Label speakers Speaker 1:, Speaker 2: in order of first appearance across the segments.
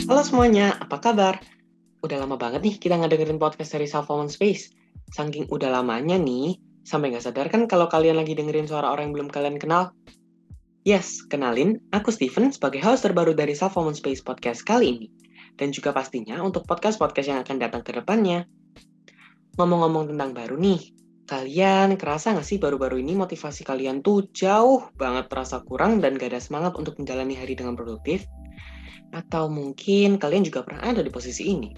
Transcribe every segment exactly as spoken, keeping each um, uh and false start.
Speaker 1: Halo semuanya, apa kabar? Udah lama banget nih kita ngedengerin podcast dari Self Woman Space. Saking udah lamanya nih, sampai nggak sadar kan kalau kalian lagi dengerin suara orang yang belum kalian kenal? Yes, kenalin, aku Steven sebagai host terbaru dari Self Woman Space podcast kali ini. Dan juga pastinya untuk podcast-podcast yang akan datang ke depannya. Ngomong-ngomong tentang baru nih, kalian kerasa nggak sih baru-baru ini motivasi kalian tuh jauh banget terasa kurang dan gak ada semangat untuk menjalani hari dengan produktif? Atau mungkin kalian juga pernah ada di posisi ini?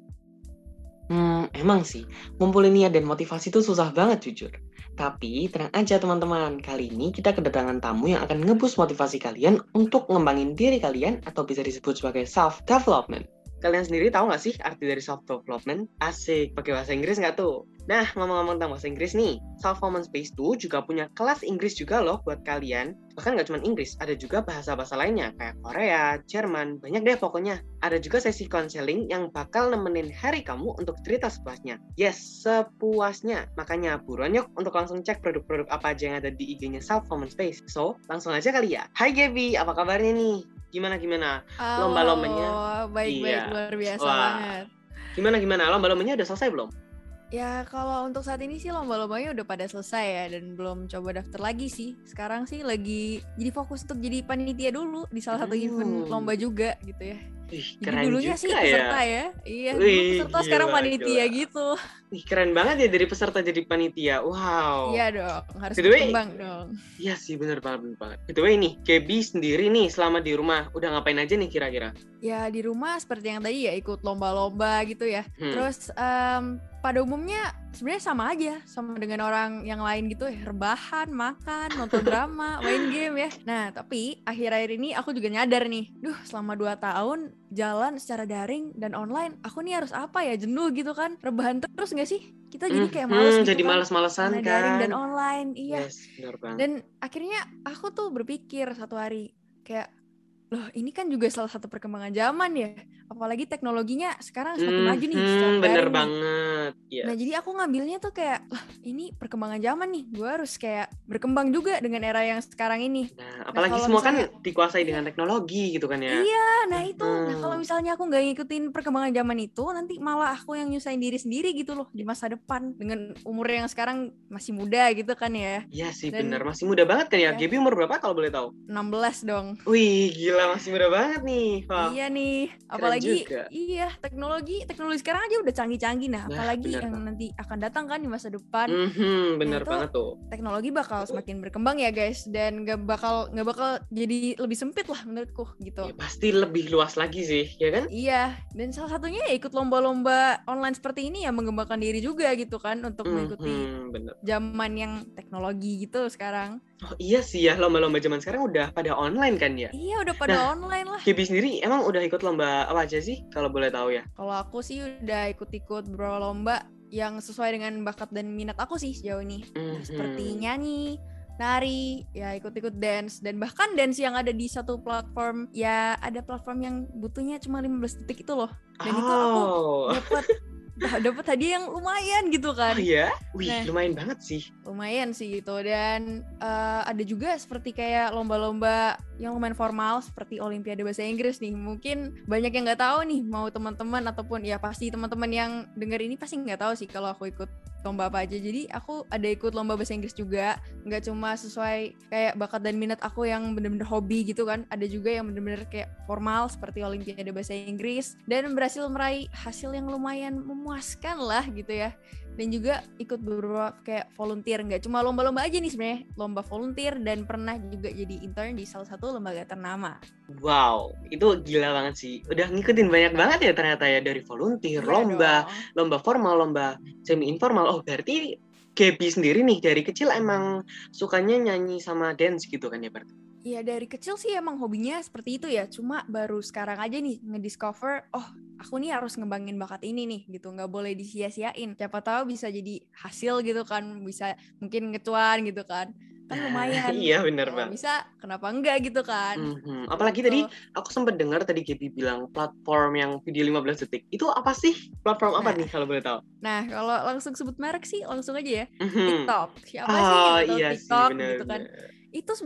Speaker 1: Hmm, emang sih, ngumpulin niat dan motivasi itu susah banget jujur. Tapi tenang aja teman-teman, kali ini kita kedatangan tamu yang akan ngeboost motivasi kalian untuk ngembangin diri kalian atau bisa disebut sebagai self-development. Kalian sendiri tahu nggak sih arti dari self-development? Asik, pakai bahasa Inggris nggak tuh? Nah, ngomong-ngomong tentang bahasa Inggris nih, Self Woman Space tuh juga punya kelas Inggris juga loh buat kalian. Bahkan nggak cuma Inggris, ada juga bahasa-bahasa lainnya kayak Korea, Jerman, banyak deh pokoknya. Ada juga sesi konseling yang bakal nemenin hari kamu untuk cerita sepuasnya. Yes, sepuasnya. Makanya buruan yuk untuk langsung cek produk-produk apa aja yang ada di I G-nya Self Woman Space. So, langsung aja kali ya. Hai Gaby, apa kabarnya nih? Gimana gimana?
Speaker 2: Halo,
Speaker 1: Lomba-lombanya?
Speaker 2: baik-baik,
Speaker 1: Iya.
Speaker 2: luar biasa
Speaker 1: Wah.
Speaker 2: banget.
Speaker 1: Gimana gimana? Lomba-lombanya udah selesai belum?
Speaker 2: Ya kalau untuk saat ini sih lomba-lombanya udah pada selesai ya, dan belum coba daftar lagi sih. Sekarang sih lagi jadi fokus untuk jadi panitia dulu di salah satu
Speaker 1: Hmm.
Speaker 2: event lomba juga gitu ya.
Speaker 1: Ih,
Speaker 2: Jadi
Speaker 1: keren
Speaker 2: dulunya
Speaker 1: juga
Speaker 2: sih
Speaker 1: ya.
Speaker 2: peserta ya. Iya,
Speaker 1: Wih,
Speaker 2: dulu peserta sekarang
Speaker 1: gila,
Speaker 2: panitia
Speaker 1: gila.
Speaker 2: gitu.
Speaker 1: Ih, keren banget ya dari peserta jadi panitia. Wow.
Speaker 2: Iya dong, harus
Speaker 1: By the way,
Speaker 2: berkembang dong.
Speaker 1: Iya sih, bener banget, bener banget. By the way nih, Gaby sendiri nih selama di rumah udah ngapain aja nih kira-kira?
Speaker 2: Ya di rumah seperti yang tadi ya, ikut lomba-lomba gitu ya.
Speaker 1: Hmm.
Speaker 2: Terus um, pada umumnya sebenarnya sama aja, sama dengan orang yang lain gitu ya, rebahan, makan, nonton drama, main game ya. Nah tapi akhir-akhir ini aku juga nyadar nih, duh selama dua tahun jalan secara daring dan online, aku nih harus apa ya, jenuh gitu kan, rebahan terus gak sih? Kita jadi kayak males
Speaker 1: hmm,
Speaker 2: gitu
Speaker 1: jadi
Speaker 2: kan,
Speaker 1: males-malesan
Speaker 2: karena
Speaker 1: kan?
Speaker 2: daring dan online, iya.
Speaker 1: Yes, bener banget.
Speaker 2: Dan akhirnya aku tuh berpikir satu hari, kayak loh ini kan juga salah satu perkembangan zaman ya, apalagi teknologinya sekarang semakin
Speaker 1: hmm,
Speaker 2: maju nih
Speaker 1: hmm,
Speaker 2: secara
Speaker 1: bener
Speaker 2: daring nih.
Speaker 1: banget. Yes.
Speaker 2: Nah jadi aku ngambilnya tuh kayak, lah ini perkembangan zaman nih, gue harus kayak berkembang juga dengan era yang sekarang ini.
Speaker 1: Nah, apalagi
Speaker 2: nah,
Speaker 1: semua
Speaker 2: misalnya,
Speaker 1: kan dikuasai
Speaker 2: iya,
Speaker 1: dengan teknologi gitu kan ya.
Speaker 2: Iya, nah itu.
Speaker 1: Hmm.
Speaker 2: Nah kalau misalnya aku nggak ngikutin perkembangan zaman itu, nanti malah aku yang nyusahin diri sendiri gitu loh di masa depan dengan umur yang sekarang masih muda gitu kan ya.
Speaker 1: Iya sih,
Speaker 2: Dan,
Speaker 1: bener, masih muda banget kan ya.
Speaker 2: ya.
Speaker 1: Gaby umur berapa kalau boleh tahu?
Speaker 2: enam belas dong.
Speaker 1: Wih, gila, masih muda banget nih. Wow.
Speaker 2: Iya nih, apalagi iya teknologi teknologi sekarang aja udah canggih-canggih. Nah,
Speaker 1: nah
Speaker 2: apalagi yang
Speaker 1: banget.
Speaker 2: nanti akan datang kan di masa depan.
Speaker 1: Mm-hmm, bener
Speaker 2: nah,
Speaker 1: banget tuh.
Speaker 2: Teknologi bakal semakin berkembang ya guys, dan gak bakal nggak bakal jadi lebih sempit lah menurutku gitu.
Speaker 1: Ya, pasti lebih luas lagi sih, ya kan?
Speaker 2: Iya, dan salah satunya ya ikut lomba-lomba online seperti ini ya, mengembangkan diri juga gitu kan untuk mengikuti
Speaker 1: mm-hmm,
Speaker 2: zaman yang teknologi gitu sekarang.
Speaker 1: Oh iya sih ya, lomba-lomba zaman sekarang udah pada online kan ya?
Speaker 2: Iya, udah pada
Speaker 1: nah,
Speaker 2: online lah.
Speaker 1: Gaby sendiri emang udah ikut lomba apa aja sih kalau boleh tahu ya?
Speaker 2: Kalau aku sih udah ikut-ikut beberapa lomba yang sesuai dengan bakat dan minat aku sih sejauh ini. Mm-hmm. Nah, seperti nyanyi, nari, ya ikut-ikut dance, dan bahkan dance yang ada di satu platform, ya ada platform yang butuhnya cuma lima belas detik itu loh. Dan
Speaker 1: oh.
Speaker 2: itu aku dapat dapat hadiah yang lumayan gitu kan.
Speaker 1: Oh iya? Wih, nah, lumayan banget sih.
Speaker 2: Lumayan sih gitu. Dan uh, ada juga seperti kayak lomba-lomba yang lumayan formal seperti Olimpiade Bahasa Inggris nih. Mungkin banyak yang nggak tahu nih, mau teman-teman ataupun ya pasti teman-teman yang denger ini pasti nggak tahu sih kalau aku ikut lomba apa aja. Jadi aku ada ikut lomba bahasa Inggris juga, nggak cuma sesuai kayak bakat dan minat aku yang bener-bener hobi gitu kan. Ada juga yang bener-bener kayak formal seperti Olimpiade Bahasa Inggris, dan berhasil meraih hasil yang lumayan memuaskan lah gitu ya. Dan juga ikut beberapa kayak volunteer, nggak cuma lomba-lomba aja nih sebenarnya, lomba volunteer, dan pernah juga jadi intern di salah satu lembaga ternama.
Speaker 1: Wow, itu gila banget sih. Udah ngikutin banyak banget ya ternyata ya, dari volunteer, iya lomba, dong. lomba formal, lomba semi informal. Oh berarti Gaby sendiri nih dari kecil emang sukanya nyanyi sama dance gitu kan ya berarti?
Speaker 2: Iya dari kecil sih emang hobinya seperti itu ya, cuma baru sekarang aja nih ngediscover, oh aku nih harus ngembangin bakat ini nih gitu, nggak boleh disia-siain. Siapa tahu bisa jadi hasil gitu kan, bisa mungkin ngecuan gitu kan, kan lumayan.
Speaker 1: Iya benar banget.
Speaker 2: Bisa, kenapa enggak gitu kan?
Speaker 1: Mm-hmm. Apalagi gitu. Tadi aku sempat dengar tadi Gaby bilang platform yang video lima belas detik. Itu apa sih? Platform apa nah, nih kalau boleh tahu?
Speaker 2: Nah kalau langsung sebut merek sih langsung aja ya,
Speaker 1: mm-hmm.
Speaker 2: TikTok. Siapa
Speaker 1: oh,
Speaker 2: sih yang tahu
Speaker 1: iya
Speaker 2: TikTok
Speaker 1: sih, bener,
Speaker 2: gitu kan?
Speaker 1: Bener.
Speaker 2: Itu sebenarnya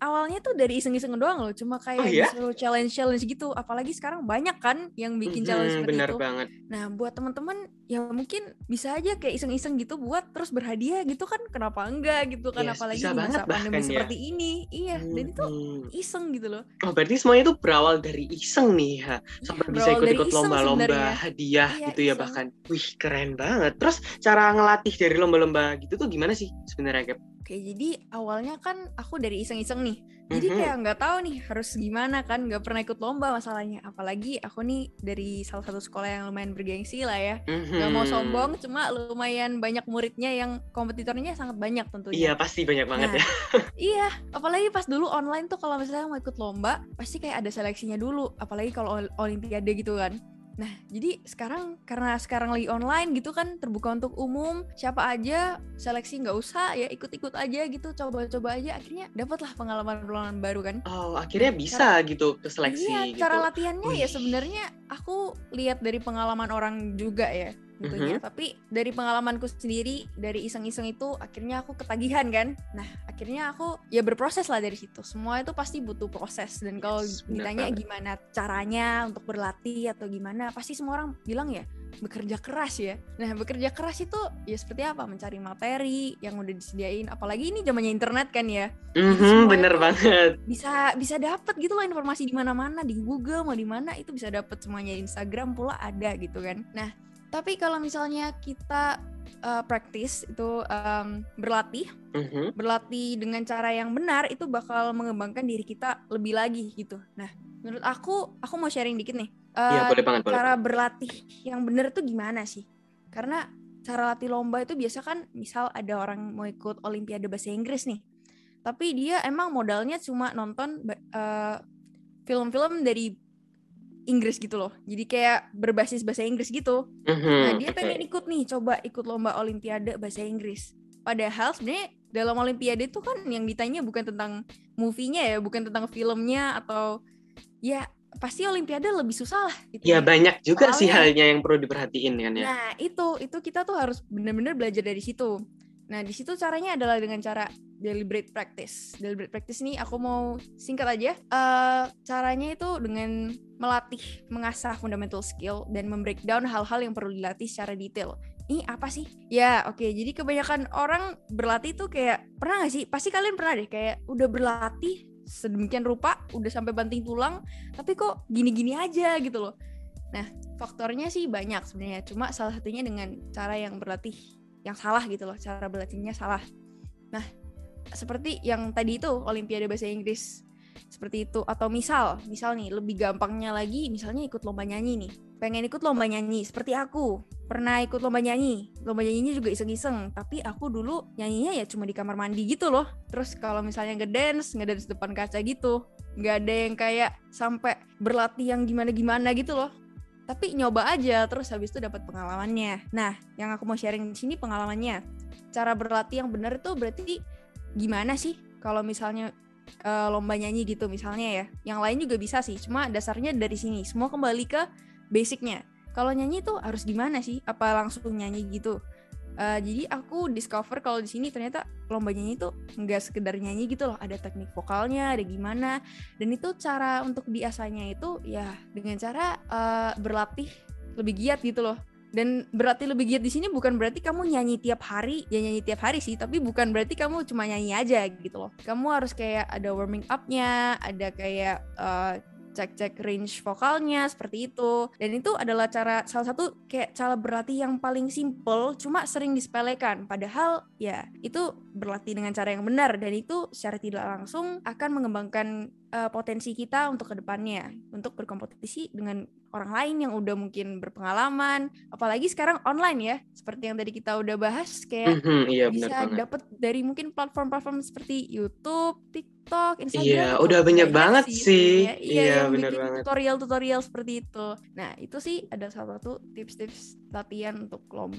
Speaker 2: awalnya tuh dari iseng-iseng doang loh, cuma
Speaker 1: Oh
Speaker 2: kayak
Speaker 1: ya?
Speaker 2: disuruh challenge-challenge gitu. Apalagi sekarang banyak kan yang bikin challenge
Speaker 1: Mhm,
Speaker 2: seperti
Speaker 1: benar
Speaker 2: itu.
Speaker 1: banget.
Speaker 2: Nah, buat teman-teman ya mungkin bisa aja kayak iseng-iseng gitu buat terus berhadiah gitu kan, kenapa enggak gitu kan,
Speaker 1: Yes,
Speaker 2: apalagi
Speaker 1: bisa
Speaker 2: di
Speaker 1: banget
Speaker 2: masa pandemi
Speaker 1: bahkan ya.
Speaker 2: seperti ini. Iya, dan itu
Speaker 1: Mhm.
Speaker 2: iseng gitu loh.
Speaker 1: Oh, berarti semuanya itu berawal dari iseng nih ya,
Speaker 2: Iya,
Speaker 1: sampai bisa
Speaker 2: berawal dari
Speaker 1: ikut-ikut
Speaker 2: iseng
Speaker 1: lomba-lomba
Speaker 2: sebenarnya.
Speaker 1: hadiah
Speaker 2: Iya,
Speaker 1: gitu ya
Speaker 2: iseng.
Speaker 1: bahkan. Wih, keren banget. Terus cara ngelatih dari lomba-lomba gitu tuh gimana sih sebenarnya, Gap?
Speaker 2: Oke, jadi awalnya kan aku dari iseng-iseng nih. Jadi
Speaker 1: Mhm.
Speaker 2: kayak nggak tahu nih harus gimana kan, nggak pernah ikut lomba masalahnya. Apalagi aku nih dari salah satu sekolah yang lumayan bergengsi lah ya. Nggak mau
Speaker 1: Mhm.
Speaker 2: sombong, cuma lumayan banyak muridnya yang kompetitornya sangat banyak
Speaker 1: Iya,
Speaker 2: tentunya.
Speaker 1: pasti banyak banget
Speaker 2: Nah,
Speaker 1: ya.
Speaker 2: iya, apalagi pas dulu online tuh kalau misalnya mau ikut lomba, pasti kayak ada seleksinya dulu. Apalagi kalau ol- olimpiade gitu kan. Nah, jadi sekarang karena sekarang lagi online gitu kan, terbuka untuk umum, siapa aja seleksi nggak usah ya ikut-ikut aja gitu, coba-coba aja, akhirnya dapatlah pengalaman-pengalaman baru kan.
Speaker 1: Oh,
Speaker 2: Nah,
Speaker 1: akhirnya
Speaker 2: cara
Speaker 1: bisa gitu ke
Speaker 2: iya,
Speaker 1: seleksi
Speaker 2: cara
Speaker 1: gitu.
Speaker 2: latihannya ya
Speaker 1: Wih.
Speaker 2: sebenarnya aku lihat dari pengalaman orang juga ya tentunya.
Speaker 1: Mhm.
Speaker 2: Tapi dari pengalamanku sendiri, dari iseng-iseng itu akhirnya aku ketagihan kan. Nah, akhirnya aku ya berproses lah dari situ. Semua itu pasti butuh proses. Dan kalau
Speaker 1: Yes, benar
Speaker 2: ditanya
Speaker 1: banget.
Speaker 2: gimana caranya untuk berlatih atau gimana, pasti semua orang bilang ya bekerja keras ya. Nah, bekerja keras itu ya seperti apa? Mencari materi yang udah disediain. Apalagi ini zamannya internet kan ya. Jadi
Speaker 1: Mhm,
Speaker 2: semuanya
Speaker 1: bener
Speaker 2: tuh
Speaker 1: banget.
Speaker 2: bisa bisa dapat gitu loh informasi di mana-mana, di Google mau di mana itu bisa dapat semuanya, di Instagram pula ada gitu kan. Nah, tapi kalau misalnya kita uh, practice itu um, berlatih,
Speaker 1: Mhm.
Speaker 2: berlatih dengan cara yang benar itu bakal mengembangkan diri kita lebih lagi gitu. Nah, menurut aku aku mau sharing dikit nih.
Speaker 1: Iya,
Speaker 2: Uh,
Speaker 1: boleh banget, boleh
Speaker 2: cara
Speaker 1: banget.
Speaker 2: berlatih yang benar tuh gimana sih? Karena cara latih lomba itu biasa kan misal ada orang mau ikut olimpiade bahasa Inggris nih. Tapi dia emang modalnya cuma nonton uh, film-film dari Inggris gitu loh. Jadi kayak berbasis bahasa Inggris gitu. Nah,
Speaker 1: Mhm,
Speaker 2: dia
Speaker 1: oke.
Speaker 2: pengen ikut nih, coba ikut lomba olimpiade bahasa Inggris. Padahal sebenarnya dalam olimpiade itu kan yang ditanya bukan tentang movie-nya ya, bukan tentang filmnya atau ya pasti olimpiade lebih susah lah
Speaker 1: Ya
Speaker 2: itunya.
Speaker 1: banyak juga sih
Speaker 2: Soalnya ya,
Speaker 1: halnya yang perlu diperhatiin kan ya.
Speaker 2: nah, itu itu kita tuh harus benar-benar belajar dari situ. Nah, di situ caranya adalah dengan cara deliberate practice. Deliberate practice ini aku mau singkat aja. Uh, caranya itu dengan melatih, mengasah fundamental skill dan membreakdown hal-hal yang perlu dilatih secara detail. Ini apa sih? Ya, oke. Okay. Jadi kebanyakan orang berlatih tuh kayak pernah gak sih? Pasti kalian pernah deh kayak udah berlatih sedemikian rupa, udah sampai banting tulang, tapi kok gini-gini aja gitu loh. Nah, faktornya sih banyak sebenarnya. Cuma salah satunya dengan cara yang berlatih yang salah gitu loh. Cara berlatihnya salah. Nah, seperti yang tadi itu Olimpiade Bahasa Inggris. Seperti itu. Atau misal, misal nih lebih gampangnya lagi misalnya ikut lomba nyanyi nih. Pengen ikut lomba nyanyi seperti aku. Pernah ikut lomba nyanyi. Lomba nyanyinya juga iseng-iseng. Tapi aku dulu nyanyinya ya cuma di kamar mandi gitu loh. Terus kalau misalnya ngedance, ngedance depan kaca gitu. Nggak ada yang kayak sampai berlatih yang gimana-gimana gitu loh. Tapi nyoba aja, terus habis itu dapat pengalamannya. Nah, yang aku mau sharing di sini pengalamannya. Cara berlatih yang benar itu berarti gimana sih? Kalau misalnya uh, lomba nyanyi gitu misalnya ya. Yang lain juga bisa sih, cuma dasarnya dari sini. Semua kembali ke basicnya. Kalau nyanyi tuh harus gimana sih? Apa langsung nyanyi gitu? Uh, jadi aku discover kalau di sini ternyata lomba nyanyi itu nggak sekedar nyanyi gitu loh, ada teknik vokalnya, ada gimana, dan itu cara untuk diasahnya itu ya dengan cara uh, berlatih lebih giat gitu loh. Dan berlatih lebih giat di sini bukan berarti kamu nyanyi tiap hari, ya nyanyi tiap hari sih, tapi bukan berarti kamu cuma nyanyi aja gitu loh. Kamu harus kayak ada warming up-nya, ada kayak uh, cek-cek range vokalnya seperti itu. Dan itu adalah cara salah satu kayak cara berlatih yang paling simple cuma sering disepelekan. Padahal ya itu berlatih dengan cara yang benar dan itu secara tidak langsung akan mengembangkan uh, potensi kita untuk kedepannya untuk berkompetisi dengan orang lain yang udah mungkin berpengalaman, apalagi sekarang online ya, seperti yang tadi kita udah bahas kayak
Speaker 1: Mhm, iya benar
Speaker 2: bisa
Speaker 1: banget.
Speaker 2: dapat dari mungkin platform-platform seperti YouTube, TikTok,
Speaker 1: Iya,
Speaker 2: Instagram itu
Speaker 1: udah banyak
Speaker 2: banyak
Speaker 1: banget
Speaker 2: sih
Speaker 1: sih.
Speaker 2: sebenarnya. Iya,
Speaker 1: Iya,
Speaker 2: yang
Speaker 1: benar
Speaker 2: bikin
Speaker 1: banget.
Speaker 2: tutorial-tutorial seperti itu. Nah, itu sih ada salah satu tips-tips latihan untuk lomba.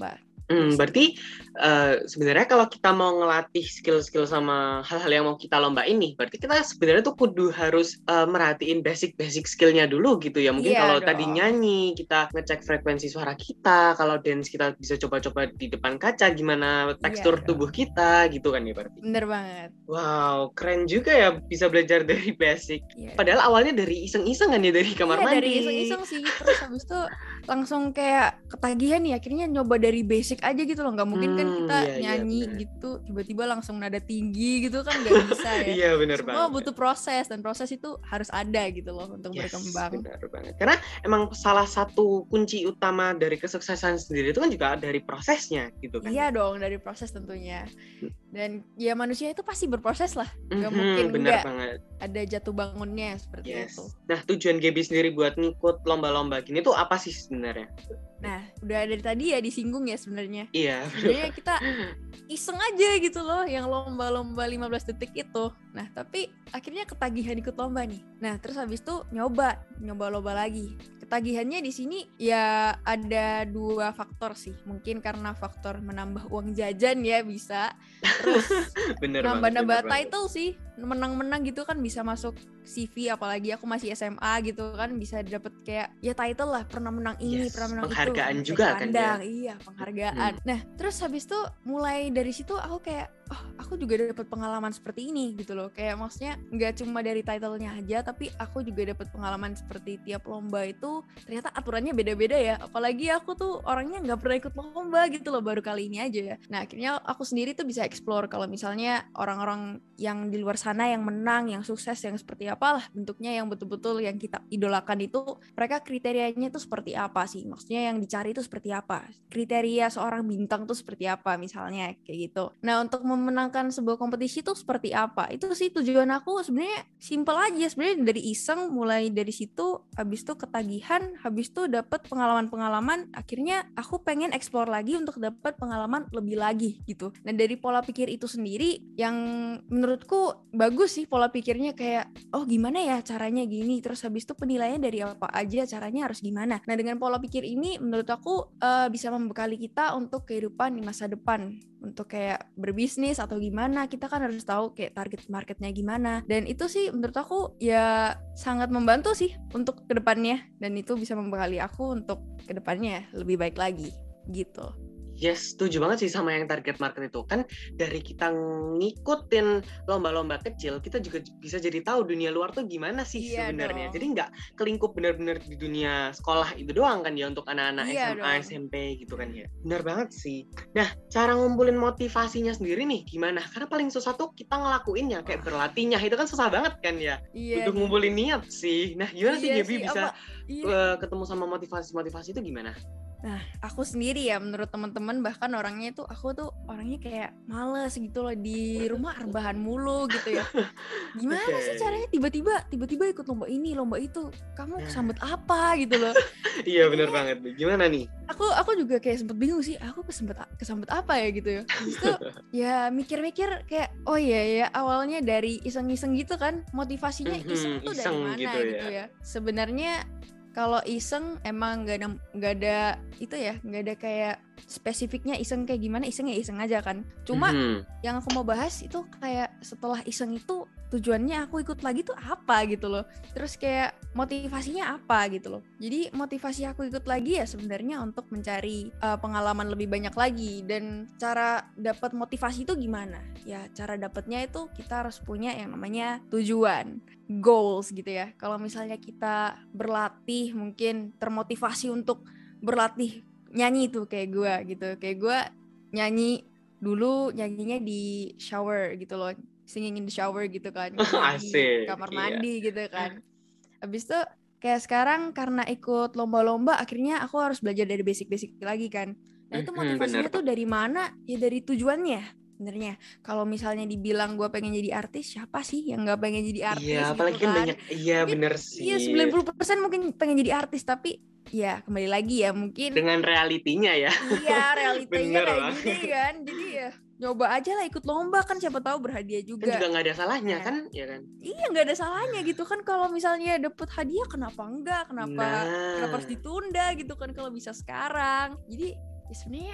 Speaker 1: Hmm, berarti uh, sebenarnya kalau kita mau ngelatih skill-skill sama hal-hal yang mau kita lombain nih, berarti kita sebenarnya tuh kudu harus uh, merhatiin basic-basic skillnya dulu gitu ya. Mungkin
Speaker 2: Iya
Speaker 1: kalau
Speaker 2: dong.
Speaker 1: tadi nyanyi, kita ngecek frekuensi suara kita. Kalau dance, kita bisa coba-coba di depan kaca gimana tekstur
Speaker 2: Iya
Speaker 1: tubuh
Speaker 2: dong.
Speaker 1: kita gitu kan ya berarti.
Speaker 2: Bener banget.
Speaker 1: Wow, keren juga ya bisa belajar dari basic.
Speaker 2: Iya.
Speaker 1: Padahal awalnya dari iseng-iseng kan ya, dari kamar
Speaker 2: iya,
Speaker 1: mandi.
Speaker 2: Iya, dari iseng-iseng sih. Terus habis itu langsung kayak ketagihan nih, akhirnya nyoba dari basic aja gitu loh. Nggak mungkin kan
Speaker 1: Hmm,
Speaker 2: kita
Speaker 1: iya, iya,
Speaker 2: nyanyi
Speaker 1: benar.
Speaker 2: gitu tiba-tiba langsung nada tinggi gitu kan nggak bisa ya.
Speaker 1: Iya, benar
Speaker 2: Semua
Speaker 1: banget.
Speaker 2: butuh proses, dan proses itu harus ada gitu loh untuk
Speaker 1: Yes,
Speaker 2: berkembang.
Speaker 1: benar banget. Karena emang salah satu kunci utama dari kesuksesan sendiri itu kan juga dari prosesnya gitu kan.
Speaker 2: Iya dong, dari proses tentunya. Dan ya manusia itu pasti berproses lah. Nggak
Speaker 1: Mm-hmm,
Speaker 2: mungkin
Speaker 1: benar
Speaker 2: nggak
Speaker 1: banget.
Speaker 2: ada jatuh bangunnya seperti
Speaker 1: Yes.
Speaker 2: itu.
Speaker 1: Nah, tujuan Gaby sendiri buat ngikut lomba-lomba gini tuh apa sih sebenarnya?
Speaker 2: Nah, udah dari tadi ya disinggung ya sebenarnya.
Speaker 1: Iya.
Speaker 2: Sebenarnya kita iseng aja gitu loh yang lomba-lomba lima belas detik itu. Nah, tapi akhirnya ketagihan ikut lomba nih. Nah, terus habis itu nyoba, nyoba lomba lagi. Ketagihannya di sini ya ada dua faktor sih. Mungkin karena faktor menambah uang jajan ya bisa. Terus nambah-nambah title sih. Menang-menang gitu kan bisa masuk C V, apalagi aku masih S M A gitu kan, bisa dapet kayak ya title lah, pernah menang ini,
Speaker 1: yes,
Speaker 2: pernah menang
Speaker 1: penghargaan
Speaker 2: itu.
Speaker 1: juga kan ya.
Speaker 2: Iya, penghargaan. Hmm. Nah, terus habis itu mulai dari situ aku kayak oh, aku juga dapat pengalaman seperti ini gitu loh. Kayak maksudnya nggak cuma dari title-nya aja, tapi aku juga dapat pengalaman seperti tiap lomba itu ternyata aturannya beda-beda ya. Apalagi aku tuh orangnya nggak pernah ikut lomba gitu loh, baru kali ini aja ya. Nah, akhirnya aku sendiri tuh bisa explore kalau misalnya orang-orang yang di luar sana yang menang, yang sukses, yang seperti apalah bentuknya, yang betul-betul yang kita idolakan itu, mereka kriterianya itu seperti apa sih? Maksudnya yang dicari itu seperti apa? Kriteria seorang bintang tuh seperti apa misalnya kayak gitu. Nah, untuk memenangkan sebuah kompetisi itu seperti apa? Itu sih tujuan aku sebenarnya simple aja, sebenarnya dari iseng, mulai dari situ, habis itu ketagihan, habis itu dapat pengalaman-pengalaman, akhirnya aku pengen explore lagi untuk dapat pengalaman lebih lagi gitu. Nah, dari pola pikir itu sendiri yang menurutku bagus sih pola pikirnya, kayak oh gimana ya caranya gini, terus habis itu penilaiannya dari apa aja, caranya harus gimana. Nah, dengan pola pikir ini menurut aku uh, bisa membekali kita untuk kehidupan di masa depan, untuk kayak berbisnis atau gimana, kita kan harus tahu kayak target marketnya gimana. Dan itu sih menurut aku ya sangat membantu sih untuk kedepannya, dan itu bisa membekali aku untuk kedepannya lebih baik lagi gitu.
Speaker 1: Yes, setuju banget sih sama yang target market itu. Kan dari kita ngikutin lomba-lomba kecil, kita juga bisa jadi tahu dunia luar tuh gimana sih iya sebenarnya. Dong. Jadi nggak kelingkup benar-benar di dunia sekolah itu doang kan ya, untuk anak-anak iya S M A, dong. S M P gitu kan ya. Benar banget sih. Nah, cara ngumpulin motivasinya sendiri nih gimana? Karena paling susah tuh kita ngelakuinnya, kayak berlatihnya. Itu kan susah banget kan ya. Iya. Butuh ngumpulin niat sih. Nah, gimana iya sih Gaby bisa iya. ketemu sama motivasi-motivasi itu gimana?
Speaker 2: Nah, aku sendiri ya, menurut teman-teman bahkan orangnya tuh, aku tuh orangnya kayak males gitu loh, di rumah rebahan mulu gitu ya. Gimana okay. sih caranya tiba-tiba tiba-tiba ikut lomba ini, lomba itu? Kamu kesambet apa gitu loh.
Speaker 1: Iya benar banget nih. Gimana nih?
Speaker 2: Aku aku juga kayak sempet bingung sih, aku kesambet kesambet apa ya gitu ya. Habis itu ya mikir-mikir kayak oh iya ya, awalnya dari iseng-iseng gitu kan. Motivasinya iseng mm-hmm, tuh iseng dari mana gitu ya. Gitu ya. Sebenarnya kalau iseng emang nggak ada nggak ada itu ya, nggak ada kayak spesifiknya iseng kayak gimana, iseng ya iseng aja kan. Cuma mm-hmm. yang aku mau bahas itu kayak setelah iseng itu tujuannya aku ikut lagi tuh apa gitu loh. Terus kayak motivasinya apa gitu loh. Jadi motivasi aku ikut lagi ya sebenarnya untuk mencari uh, pengalaman lebih banyak lagi. Dan cara dapat motivasi itu gimana? Ya cara dapatnya itu kita harus punya yang namanya tujuan, goals gitu ya. Kalau misalnya kita berlatih mungkin termotivasi untuk berlatih nyanyi tuh kayak gue gitu. Kayak gue nyanyi dulu, nyanyinya di shower gitu loh. Singing in the shower gitu kan,
Speaker 1: Asik,
Speaker 2: di kamar mandi
Speaker 1: iya.
Speaker 2: gitu kan. Habis itu kayak sekarang karena ikut lomba-lomba, akhirnya aku harus belajar dari basic-basic lagi kan. Nah itu motivasinya mm-hmm, tuh dari mana? Ya dari tujuannya sebenarnya. Kalau misalnya dibilang gue pengen jadi artis, siapa sih yang nggak pengen jadi artis?
Speaker 1: Iya,
Speaker 2: gitu
Speaker 1: apalagi
Speaker 2: kan?
Speaker 1: banyak. Iya bener sih.
Speaker 2: Iya sembilan puluh persen mungkin pengen jadi artis, tapi ya kembali lagi ya mungkin
Speaker 1: dengan realitinya ya.
Speaker 2: Iya realitanya kayak gini kan. Jadi ya nyoba aja lah ikut lomba kan, siapa tahu berhadiah juga.
Speaker 1: Kan juga nggak ada salahnya
Speaker 2: ya.
Speaker 1: kan, ya kan?
Speaker 2: Iya nggak ada salahnya gitu kan, kalau misalnya dapet hadiah kenapa enggak, kenapa
Speaker 1: nah.
Speaker 2: kenapa harus ditunda gitu kan kalau bisa sekarang. Jadi ya sebenarnya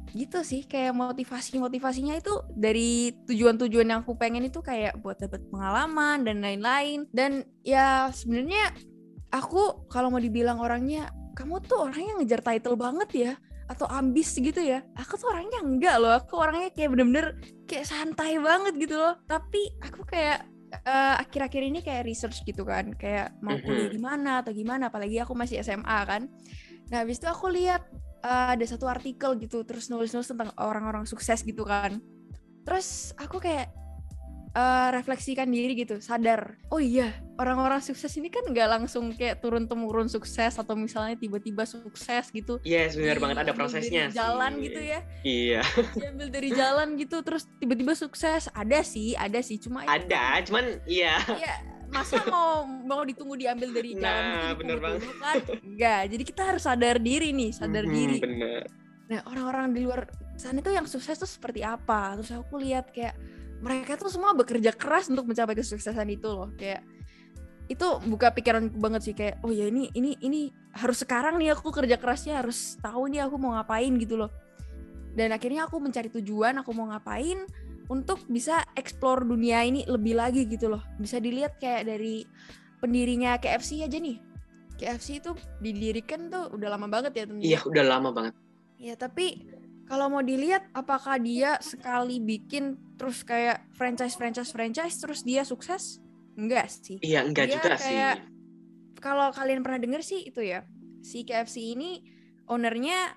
Speaker 2: gitu sih, kayak motivasi-motivasinya itu dari tujuan-tujuan yang aku pengen itu kayak buat dapat pengalaman dan lain-lain. Dan ya sebenarnya aku kalau mau dibilang orangnya, kamu tuh orangnya ngejar title banget ya, atau ambis gitu ya, aku tuh orangnya enggak loh. Aku orangnya kayak bener-bener kayak santai banget gitu loh. Tapi aku kayak uh, akhir-akhir ini kayak research gitu kan, kayak mau kuliah di mana atau gimana, apalagi aku masih S M A kan. Nah habis itu aku lihat Uh, ada satu artikel gitu, terus nulis-nulis tentang orang-orang sukses gitu kan. Terus aku kayak uh, refleksikan diri gitu, sadar, oh iya, orang-orang sukses ini kan nggak langsung kayak turun-temurun sukses atau misalnya tiba-tiba sukses gitu.
Speaker 1: Iya, yes, benar banget, ada prosesnya
Speaker 2: dari jalan sih. Gitu ya.
Speaker 1: Iya.
Speaker 2: Diambil dari jalan gitu, terus tiba-tiba sukses. Ada sih, ada sih, cuma
Speaker 1: ada, itu kan, cuman iya.
Speaker 2: Iya. Masa mau mau ditunggu diambil dari jalan
Speaker 1: nah,
Speaker 2: gitu
Speaker 1: bener banget
Speaker 2: kan? Enggak, jadi kita harus sadar diri nih, sadar
Speaker 1: hmm,
Speaker 2: diri.
Speaker 1: Bener.
Speaker 2: Nah orang-orang di luar sana tuh yang sukses tuh seperti apa? Terus aku lihat kayak mereka tuh semua bekerja keras untuk mencapai kesuksesan itu loh. Kayak itu buka pikiranku banget sih, kayak oh ya ini ini ini harus sekarang nih aku kerja kerasnya, harus tahu nih aku mau ngapain gitu loh. Dan akhirnya aku mencari tujuan, aku mau ngapain untuk bisa explore dunia ini lebih lagi gitu loh. Bisa dilihat kayak dari pendirinya K F C aja nih. K F C itu didirikan tuh udah lama banget ya tentunya.
Speaker 1: Iya, udah lama banget.
Speaker 2: Ya, tapi kalau mau dilihat apakah dia sekali bikin terus kayak franchise-franchise-franchise terus dia sukses? Enggak sih.
Speaker 1: Iya, enggak
Speaker 2: dia
Speaker 1: juga
Speaker 2: kayak,
Speaker 1: sih.
Speaker 2: Kalau kalian pernah denger sih itu ya, si K F C ini ownernya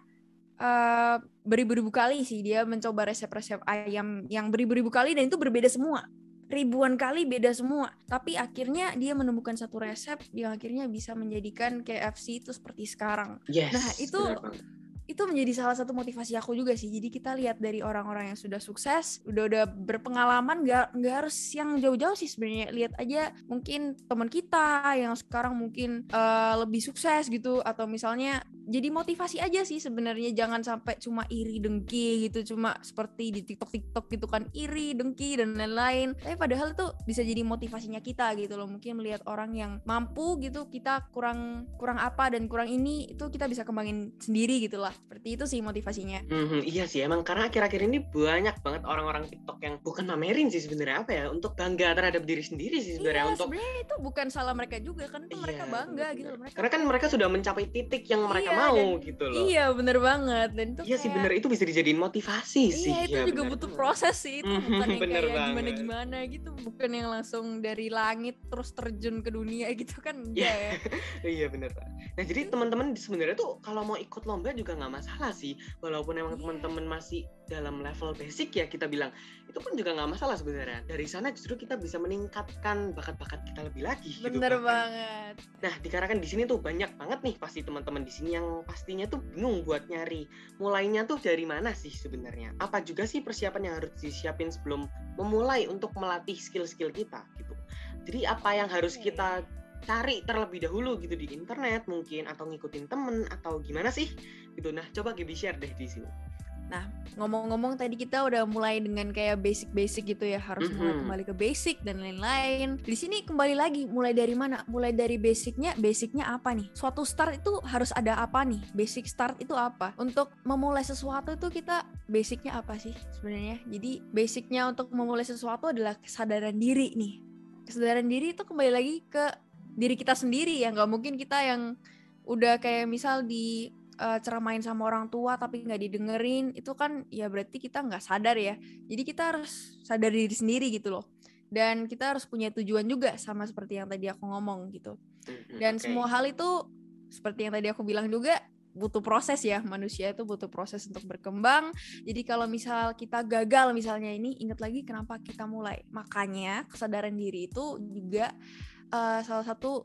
Speaker 2: Uh, beribu-ribu kali sih dia mencoba resep-resep ayam yang beribu-ribu kali dan itu berbeda semua, ribuan kali beda semua, tapi akhirnya dia menemukan satu resep yang akhirnya bisa menjadikan K F C itu seperti sekarang.
Speaker 1: Yes,
Speaker 2: nah itu itu menjadi salah satu motivasi aku juga sih. Jadi kita lihat dari orang-orang yang sudah sukses, udah-udah berpengalaman, nggak nggak harus yang jauh-jauh sih sebenarnya. Lihat aja mungkin teman kita yang sekarang mungkin uh, lebih sukses gitu, atau misalnya jadi motivasi aja sih sebenarnya. Jangan sampai cuma iri dengki gitu, cuma seperti di TikTok-TikTok gitu kan, iri dengki dan lain-lain. Tapi padahal itu bisa jadi motivasinya kita gitu loh. Mungkin melihat orang yang mampu gitu, kita kurang kurang apa dan kurang ini, itu kita bisa kembangin sendiri gitu lah. Seperti itu sih motivasinya.
Speaker 1: Mm-hmm, iya sih, emang karena akhir-akhir ini banyak banget orang-orang TikTok yang bukan mamerin sih sebenarnya, apa ya, untuk bangga terhadap diri sendiri sih sebenarnya.
Speaker 2: Iya,
Speaker 1: untuk
Speaker 2: sebenarnya itu bukan salah mereka juga kan, itu iya, mereka bangga bener, gitu loh. Mereka
Speaker 1: karena kan mereka sudah mencapai titik yang mereka
Speaker 2: iya,
Speaker 1: mau
Speaker 2: dan,
Speaker 1: gitu loh.
Speaker 2: Iya, bener banget. Dan itu
Speaker 1: iya kayak, sih bener, itu bisa dijadiin motivasi
Speaker 2: iya,
Speaker 1: sih.
Speaker 2: Iya, itu
Speaker 1: ya,
Speaker 2: juga bener. Butuh proses sih, itu
Speaker 1: mm-hmm,
Speaker 2: bukan yang
Speaker 1: kayak
Speaker 2: banget. Gimana-gimana gitu, bukan yang langsung dari langit terus terjun ke dunia gitu kan, enggak ya.
Speaker 1: Iya bener. Nah jadi teman-teman sebenarnya tuh kalau mau ikut lomba juga nggak masalah sih, walaupun emang yeah. teman-teman masih dalam level basic ya kita bilang, itu pun juga nggak masalah sebenarnya. Dari sana justru kita bisa meningkatkan bakat-bakat kita lebih lagi.
Speaker 2: Bener
Speaker 1: gitu,
Speaker 2: banget.
Speaker 1: Nah dikarenakan di sini tuh banyak banget nih pasti teman-teman di sini yang pastinya tuh bingung buat nyari mulainya tuh dari mana sih sebenarnya. Apa juga sih persiapan yang harus disiapin sebelum memulai untuk melatih skill-skill kita gitu. Jadi apa yang harus okay. kita cari terlebih dahulu gitu di internet mungkin, atau ngikutin temen atau gimana sih gitu. Nah coba Gaby share deh di sini.
Speaker 2: Nah ngomong-ngomong tadi kita udah mulai dengan kayak basic-basic gitu ya, harus mm-hmm. mulai kembali ke basic dan lain-lain. Di sini kembali lagi, mulai dari mana? Mulai dari basicnya. Basicnya apa nih? Suatu start itu harus ada apa nih? Basic start itu apa? Untuk memulai sesuatu itu kita basicnya apa sih sebenarnya? Jadi basicnya untuk memulai sesuatu adalah kesadaran diri nih. Kesadaran diri itu kembali lagi ke diri kita sendiri ya. Nggak mungkin kita yang udah kayak misal di uh, ceramain sama orang tua tapi nggak didengerin, itu kan ya berarti kita nggak sadar ya. Jadi kita harus sadar diri sendiri gitu loh. Dan kita harus punya tujuan juga, sama seperti yang tadi aku ngomong gitu. Dan okay. semua hal itu seperti yang tadi aku bilang juga butuh proses ya. Manusia itu butuh proses untuk berkembang. Jadi kalau misal kita gagal misalnya ini, ingat lagi kenapa kita mulai. Makanya kesadaran diri itu juga Uh, salah satu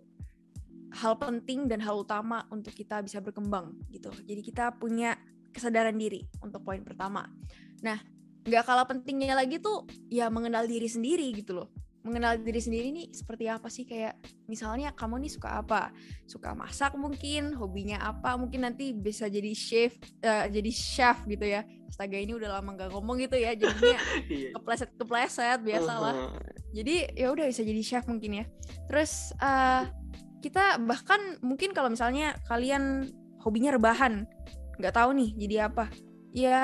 Speaker 2: hal penting dan hal utama untuk kita bisa berkembang gitu. Jadi kita punya kesadaran diri untuk poin pertama. Nah, nggak kalah pentingnya lagi tuh ya mengenal diri sendiri gitu loh. Mengenal diri sendiri nih seperti apa sih, kayak misalnya kamu nih suka apa? Suka masak mungkin, hobinya apa? Mungkin nanti bisa jadi chef, uh, jadi chef gitu ya. Astaga, ini udah lama nggak ngomong gitu ya, jadinya kepleset-kepleset biasalah. Jadi ya udah bisa jadi chef mungkin ya. Terus uh, kita bahkan mungkin kalau misalnya kalian hobinya rebahan, nggak tahu nih jadi apa, ya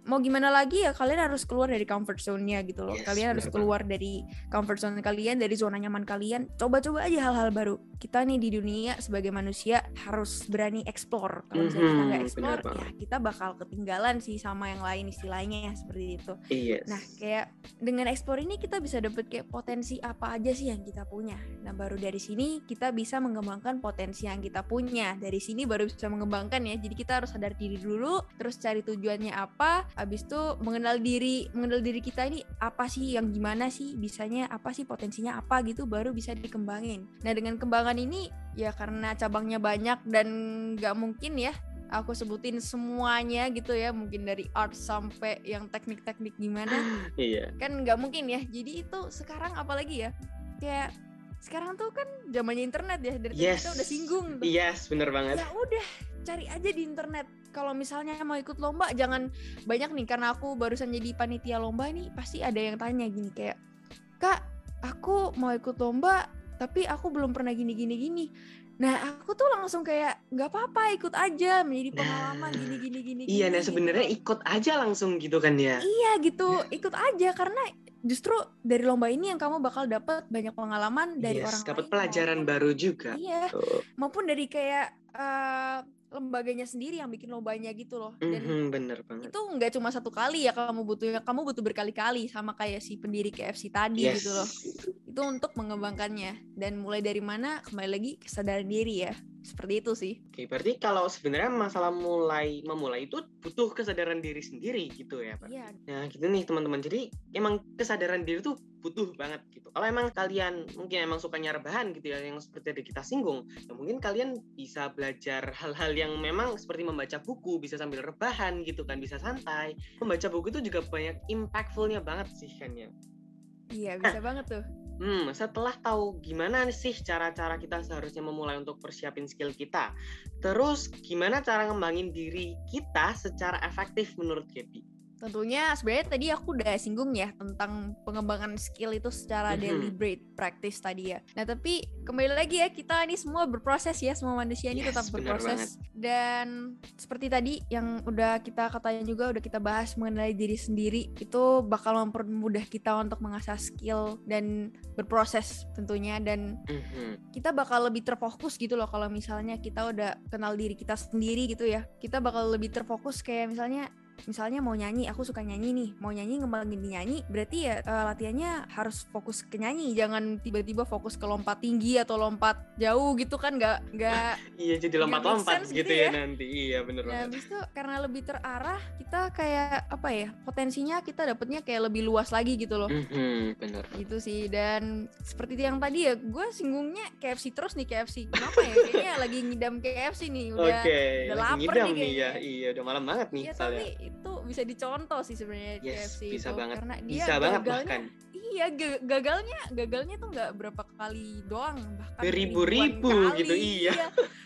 Speaker 2: mau gimana lagi ya kalian harus keluar dari comfort zone-nya gitu loh.
Speaker 1: Yes,
Speaker 2: kalian harus
Speaker 1: benar
Speaker 2: keluar dari comfort zone kalian, dari zona nyaman kalian. Coba-coba aja hal-hal baru. Kita nih di dunia sebagai manusia harus berani explore. Kalau misalnya kita nggak
Speaker 1: Mhm,
Speaker 2: explore,
Speaker 1: benar
Speaker 2: ya
Speaker 1: banget.
Speaker 2: kita bakal ketinggalan sih sama yang lain istilahnya ya seperti itu.
Speaker 1: Yes.
Speaker 2: Nah, kayak dengan explore ini kita bisa dapet kayak potensi apa aja sih yang kita punya. Nah, baru dari sini kita bisa mengembangkan potensi yang kita punya. Dari sini baru bisa mengembangkan ya. Jadi kita harus sadar diri dulu, terus cari tujuannya apa, habis itu mengenal diri, mengenal diri kita ini apa sih, yang gimana sih, bisanya apa sih, potensinya apa gitu, baru bisa dikembangin. Nah, dengan kembangan ini ya karena cabangnya banyak dan gak mungkin ya aku sebutin semuanya gitu ya, mungkin dari art sampai yang teknik-teknik gimana.
Speaker 1: Iya.
Speaker 2: Kan nggak mungkin ya. Jadi itu sekarang apalagi ya, kayak sekarang tuh kan zamannya internet ya, dari tadi
Speaker 1: Yes.
Speaker 2: kita udah singgung tuh.
Speaker 1: Yes, bener banget.
Speaker 2: Ya udah, cari aja di internet. Kalau misalnya mau ikut lomba, jangan banyak nih, karena aku barusan jadi panitia lomba nih, pasti ada yang tanya gini kayak, "Kak, aku mau ikut lomba tapi aku belum pernah gini gini gini." Nah, aku tuh langsung kayak nggak apa-apa, ikut aja, menjadi pengalaman
Speaker 1: Nah,
Speaker 2: gini gini gini
Speaker 1: Iya,
Speaker 2: gini
Speaker 1: nah
Speaker 2: gitu
Speaker 1: sebenarnya
Speaker 2: loh.
Speaker 1: ikut aja langsung gitu kan ya.
Speaker 2: Iya gitu, ikut aja, karena justru dari lomba ini yang kamu bakal dapat banyak pengalaman dari
Speaker 1: Yes,
Speaker 2: orang
Speaker 1: dapat
Speaker 2: lain
Speaker 1: pelajaran
Speaker 2: maupun
Speaker 1: baru juga.
Speaker 2: iya,
Speaker 1: Tuh.
Speaker 2: maupun dari kayak eh, lembaganya sendiri yang bikin lombanya gitu loh. Dan
Speaker 1: Mhm, bener banget.
Speaker 2: itu nggak cuma satu kali ya kamu butuhnya, kamu butuh berkali-kali, sama kayak si pendiri K F C tadi
Speaker 1: Yes.
Speaker 2: gitu loh. Itu untuk mengembangkannya. Dan mulai dari mana, kembali lagi kesadaran diri ya. Seperti itu sih.
Speaker 1: Oke, berarti kalau sebenarnya masalah mulai memulai itu butuh kesadaran diri sendiri gitu ya, Pak.
Speaker 2: Iya.
Speaker 1: Nah, gitu nih teman-teman. Jadi emang kesadaran diri tuh butuh banget gitu. Kalau emang kalian mungkin emang sukanya rebahan gitu ya, yang seperti tadi kita singgung, ya mungkin kalian bisa belajar hal-hal yang memang seperti membaca buku, bisa sambil rebahan gitu kan, bisa santai. Membaca buku itu juga banyak impactful-nya banget sih kan ya.
Speaker 2: Iya, bisa banget tuh.
Speaker 1: Hmm, setelah tahu gimana sih cara-cara kita seharusnya memulai untuk persiapin skill kita, terus gimana cara ngembangin diri kita secara efektif menurut Gaby?
Speaker 2: Tentunya sebenarnya tadi aku udah singgung ya tentang pengembangan skill itu secara
Speaker 1: Mhm.
Speaker 2: deliberate practice tadi ya. Nah, tapi kembali lagi ya, kita ini semua berproses ya, semua manusia ini
Speaker 1: Yes,
Speaker 2: tetap
Speaker 1: benar
Speaker 2: berproses. Dan seperti tadi yang udah kita katanya juga, udah kita bahas mengenai diri sendiri, itu bakal mempermudah kita untuk mengasah skill dan berproses tentunya. Dan
Speaker 1: Mhm.
Speaker 2: kita bakal lebih terfokus gitu loh kalau misalnya kita udah kenal diri kita sendiri gitu ya. Kita bakal lebih terfokus kayak misalnya misalnya mau nyanyi, aku suka nyanyi nih, mau nyanyi ngembangin di nyanyi, berarti ya uh, latihannya harus fokus ke nyanyi, jangan tiba-tiba fokus ke lompat tinggi atau lompat jauh gitu kan, nggak nggak
Speaker 1: Iya, jadi
Speaker 2: nggak make
Speaker 1: lompat-lompat
Speaker 2: sense
Speaker 1: gitu
Speaker 2: gitu
Speaker 1: ya
Speaker 2: ya.
Speaker 1: nanti. Iya, bener
Speaker 2: Nah,
Speaker 1: banget.
Speaker 2: habis itu karena lebih terarah, kita kayak apa ya, potensinya kita dapetnya kayak lebih luas lagi gitu loh.
Speaker 1: Mhm, bener.
Speaker 2: Gitu sih. Dan seperti yang tadi ya, gue singgungnya K F C terus nih, K F C. Kenapa ya? Kayaknya lagi ngidam K F C nih, udah
Speaker 1: Oke,
Speaker 2: udah
Speaker 1: lagi
Speaker 2: lapar
Speaker 1: ngidam
Speaker 2: nih
Speaker 1: nih ya.
Speaker 2: kayaknya.
Speaker 1: Iya, udah malam banget nih
Speaker 2: Iya,
Speaker 1: soalnya.
Speaker 2: tapi itu bisa dicontoh sih sebenarnya
Speaker 1: Yes,
Speaker 2: K F C
Speaker 1: bisa
Speaker 2: itu,
Speaker 1: banget.
Speaker 2: karena dia
Speaker 1: Bisa banget
Speaker 2: gagalnya,
Speaker 1: bahkan.
Speaker 2: iya ga- gagalnya gagalnya tuh nggak berapa kali doang, bahkan
Speaker 1: Beribu-ribu
Speaker 2: ribuan kali.
Speaker 1: gitu, iya.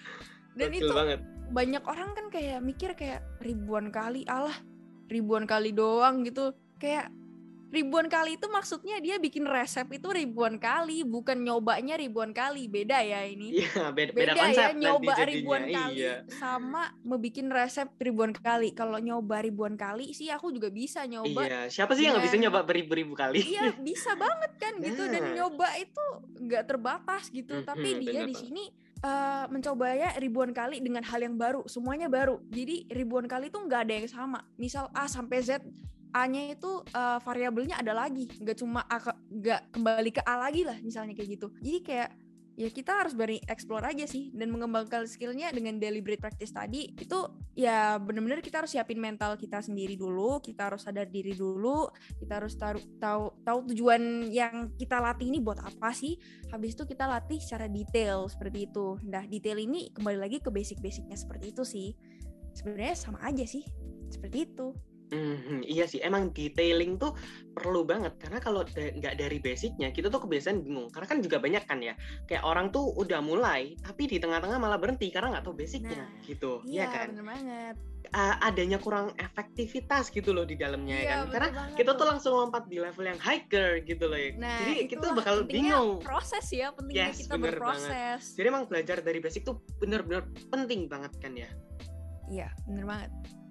Speaker 2: Dan
Speaker 1: Betul
Speaker 2: itu
Speaker 1: banget.
Speaker 2: banyak orang kan kayak mikir kayak ribuan kali, alah ribuan kali doang gitu. Kayak ribuan kali itu maksudnya dia bikin resep itu ribuan kali, bukan nyobanya ribuan kali. Beda ya ini.
Speaker 1: Iya, beda, beda
Speaker 2: Beda
Speaker 1: konsep
Speaker 2: ya,
Speaker 1: nanti
Speaker 2: nyoba
Speaker 1: jadinya.
Speaker 2: ribuan kali
Speaker 1: Iya.
Speaker 2: sama membikin resep ribuan kali. Kalau nyoba ribuan kali sih aku juga bisa nyoba.
Speaker 1: Iya, siapa sih yang nggak bisa
Speaker 2: dengan-
Speaker 1: nyoba beribu-ribu kali?
Speaker 2: Iya, bisa banget kan gitu. Dan
Speaker 1: Nah.
Speaker 2: nyoba itu nggak terbatas gitu.
Speaker 1: Mhm,
Speaker 2: Tapi dia
Speaker 1: bener
Speaker 2: di
Speaker 1: banget.
Speaker 2: sini uh, mencobanya ribuan kali dengan hal yang baru, semuanya baru. Jadi ribuan kali itu nggak ada yang sama. Misal A sampai Z, A-nya itu uh, variabelnya ada lagi, nggak cuma A, ke- nggak kembali ke A lagi lah, misalnya kayak gitu. Jadi kayak ya kita harus berani explore aja sih, dan mengembangkan skillnya dengan deliberate practice tadi. Itu ya benar-benar kita harus siapin mental kita sendiri dulu, kita harus sadar diri dulu, kita harus taruh, tahu tahu tujuan yang kita latih ini buat apa sih. Habis itu kita latih secara detail seperti itu. Nah, detail ini kembali lagi ke basic-basicnya seperti itu sih. Sebenarnya sama aja sih, seperti itu.
Speaker 1: Mhm, iya sih, emang detailing tuh perlu banget, karena kalau da- nggak dari basicnya kita tuh kebiasaan bingung, karena kan juga banyak kan ya, kayak orang tuh udah mulai tapi di tengah-tengah malah berhenti karena nggak tahu basicnya.
Speaker 2: Nah,
Speaker 1: gitu,
Speaker 2: iya
Speaker 1: ya kan?
Speaker 2: bener banget.
Speaker 1: Uh, adanya kurang efektivitas gitu loh di dalamnya,
Speaker 2: Iya,
Speaker 1: ya kan,
Speaker 2: betul
Speaker 1: karena
Speaker 2: banget
Speaker 1: kita
Speaker 2: tuh.
Speaker 1: tuh langsung lompat di level yang hiker gitu loh ya.
Speaker 2: Nah,
Speaker 1: Jadi kita
Speaker 2: itulah
Speaker 1: bakal
Speaker 2: pentingnya
Speaker 1: bingung.
Speaker 2: proses ya, pentingnya
Speaker 1: Yes,
Speaker 2: kita
Speaker 1: bener
Speaker 2: berproses.
Speaker 1: Jadi emang belajar dari basic tuh bener-bener penting banget kan ya.
Speaker 2: Iya, bener banget.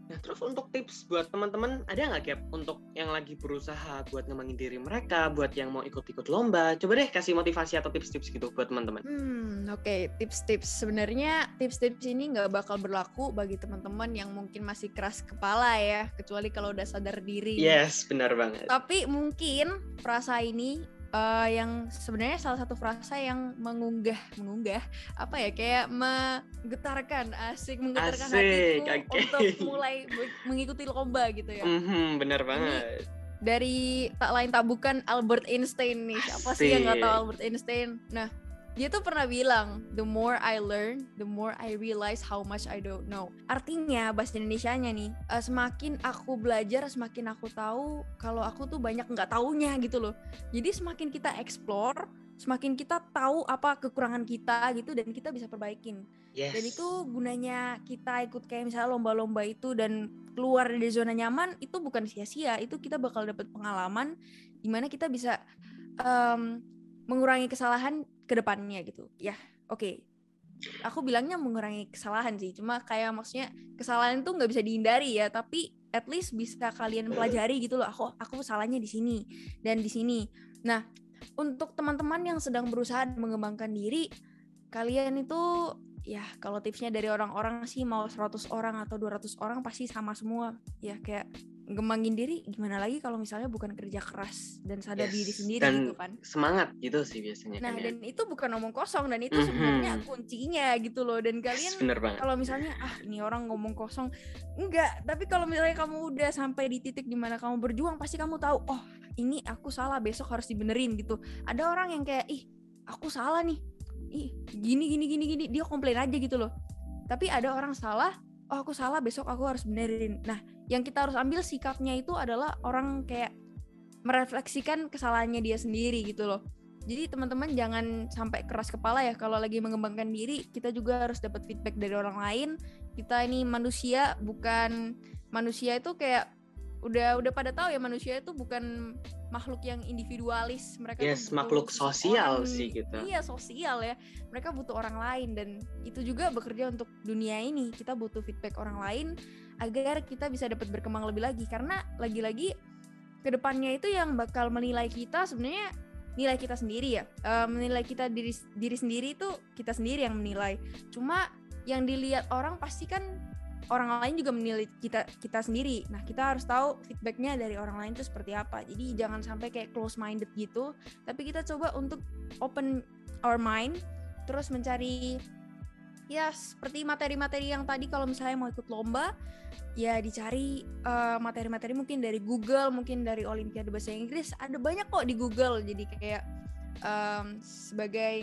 Speaker 1: Nah, terus untuk tips buat teman-teman, ada nggak, Gap, untuk yang lagi berusaha buat ngembangin diri mereka, buat yang mau ikut-ikut lomba? Coba deh kasih motivasi atau tips-tips gitu buat teman-teman.
Speaker 2: Hmm, oke, okay. tips-tips. Sebenarnya tips-tips ini nggak bakal berlaku bagi teman-teman yang mungkin masih keras kepala ya, kecuali kalau udah sadar diri.
Speaker 1: Yes, benar banget.
Speaker 2: Tapi mungkin frasa ini uh, yang sebenarnya salah satu frasa yang mengunggah, mengunggah apa ya, kayak menggetarkan, asik, menggetarkan
Speaker 1: asik,
Speaker 2: hatiku
Speaker 1: okay.
Speaker 2: untuk mulai mengikuti lomba gitu ya.
Speaker 1: Mm-hmm, benar banget.
Speaker 2: Ini dari tak lain tak bukan Albert Einstein nih. Siapa sih yang nggak tahu Albert Einstein? Nah, dia tuh pernah bilang, the more I learn, the more I realize how much I don't know. Artinya bahasa Indonesianya nih, uh, semakin aku belajar, semakin aku tahu kalau aku tuh banyak nggak taunya gitu loh. Jadi semakin kita explore, semakin kita tahu apa kekurangan kita gitu dan kita bisa perbaikin.
Speaker 1: Yes.
Speaker 2: Dan itu gunanya kita ikut kayak misalnya lomba-lomba itu dan keluar dari zona nyaman, itu bukan sia-sia, itu kita bakal dapat pengalaman dimana kita bisa um, mengurangi kesalahan ke depannya gitu. Ya, oke. Okay. Aku bilangnya mengurangi kesalahan sih, cuma kayak maksudnya kesalahan itu nggak bisa dihindari ya, tapi at least bisa kalian pelajari gitu loh. Aku aku salahnya di sini dan di sini. Nah, untuk teman-teman yang sedang berusaha mengembangkan diri, kalian itu ya kalau tipsnya dari orang-orang sih mau seratus orang atau dua ratus orang pasti sama semua. Ya kayak ngembangin diri gimana lagi kalau misalnya bukan kerja keras dan sadar yes, diri sendiri
Speaker 1: dan
Speaker 2: gitu kan.
Speaker 1: Semangat gitu sih biasanya.
Speaker 2: Nah,
Speaker 1: kan,
Speaker 2: dan
Speaker 1: ya.
Speaker 2: itu bukan ngomong kosong dan itu
Speaker 1: mm-hmm.
Speaker 2: sebenarnya kuncinya gitu loh. Dan kalian
Speaker 1: yes,
Speaker 2: kalau misalnya ah ini orang ngomong kosong, enggak, tapi kalau misalnya kamu udah sampai di titik dimana kamu berjuang, pasti kamu tahu, oh ini aku salah, besok harus dibenerin gitu. Ada orang yang kayak ih aku salah nih, ih gini gini gini gini, dia komplain aja gitu loh. Tapi ada orang salah, oh aku salah, besok aku harus benerin. Nah, yang kita harus ambil sikapnya itu adalah orang kayak merefleksikan kesalahannya dia sendiri gitu loh. Jadi teman-teman jangan sampai keras kepala ya kalau lagi mengembangkan diri. Kita juga harus dapat feedback dari orang lain. Kita ini manusia, bukan manusia itu kayak udah udah pada tahu ya, manusia itu bukan makhluk yang individualis. Mereka
Speaker 1: yes,
Speaker 2: tuh
Speaker 1: makhluk sosial
Speaker 2: orang,
Speaker 1: sih gitu.
Speaker 2: Iya, sosial ya. Mereka butuh orang lain dan itu juga bekerja untuk dunia ini. Kita butuh feedback orang lain agar kita bisa dapat berkembang lebih lagi, karena lagi-lagi kedepannya itu yang bakal menilai kita sebenarnya nilai kita sendiri ya. Uh, menilai kita diri diri sendiri itu kita sendiri yang menilai. Cuma yang dilihat orang pasti kan orang lain juga menilai kita kita sendiri. Nah, kita harus tahu feedbacknya dari orang lain itu seperti apa. Jadi jangan sampai kayak close minded gitu, tapi kita coba untuk open our mind, terus mencari ya seperti materi-materi yang tadi. Kalau misalnya mau ikut lomba, ya dicari uh, materi-materi mungkin dari Google, mungkin dari Olimpiade Bahasa Inggris, ada banyak kok di Google. Jadi kayak um, sebagai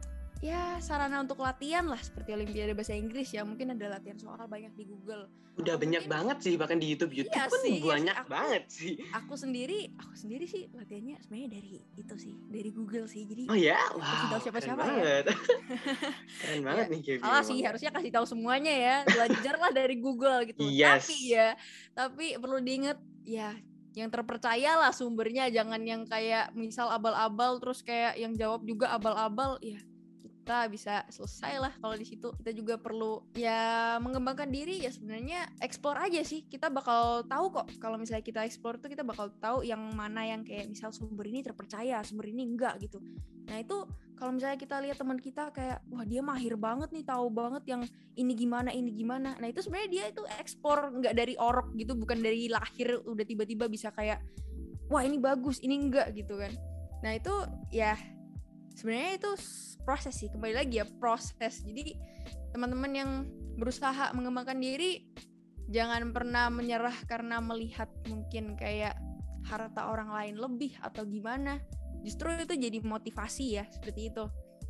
Speaker 2: ya sarana untuk latihan lah, seperti Olimpiade Bahasa Inggris ya, mungkin ada latihan soal banyak di Google.
Speaker 1: Udah
Speaker 2: Atau
Speaker 1: banyak
Speaker 2: mungkin,
Speaker 1: banget sih, bahkan di YouTube YouTube
Speaker 2: iya
Speaker 1: pun
Speaker 2: sih,
Speaker 1: banyak
Speaker 2: iya sih. Aku,
Speaker 1: banget sih.
Speaker 2: Aku sendiri, aku sendiri sih latihannya sebenarnya dari itu sih, dari Google sih. Jadi
Speaker 1: oh ya, wow,
Speaker 2: kasih tahu siapa-siapa
Speaker 1: keren
Speaker 2: ya.
Speaker 1: banget. Keren banget
Speaker 2: ya,
Speaker 1: nih Gaby.
Speaker 2: Salah sih, harusnya kasih tahu semuanya ya. Belajarlah dari Google gitu.
Speaker 1: Yes.
Speaker 2: Tapi ya, tapi perlu diingat ya, yang terpercaya lah sumbernya, jangan yang kayak misal abal-abal terus kayak yang jawab juga abal-abal ya. Kita bisa selesai lah kalau di situ. Kita juga perlu ya mengembangkan diri ya, sebenarnya explore aja sih. Kita bakal tahu kok kalau misalnya kita explore tuh, kita bakal tahu yang mana yang kayak misal sumber ini terpercaya, sumber ini enggak gitu. Nah itu kalau misalnya kita lihat teman kita kayak wah dia mahir banget nih, tahu banget yang ini gimana ini gimana. Nah itu sebenarnya dia itu explore, nggak dari orok gitu, bukan dari lahir udah tiba-tiba bisa kayak wah ini bagus ini enggak gitu kan. Nah itu ya sebenarnya itu proses sih, kembali lagi ya proses. Jadi teman-teman yang berusaha mengembangkan diri jangan pernah menyerah karena melihat mungkin kayak harta orang lain lebih atau gimana. Justru itu jadi motivasi ya, seperti itu.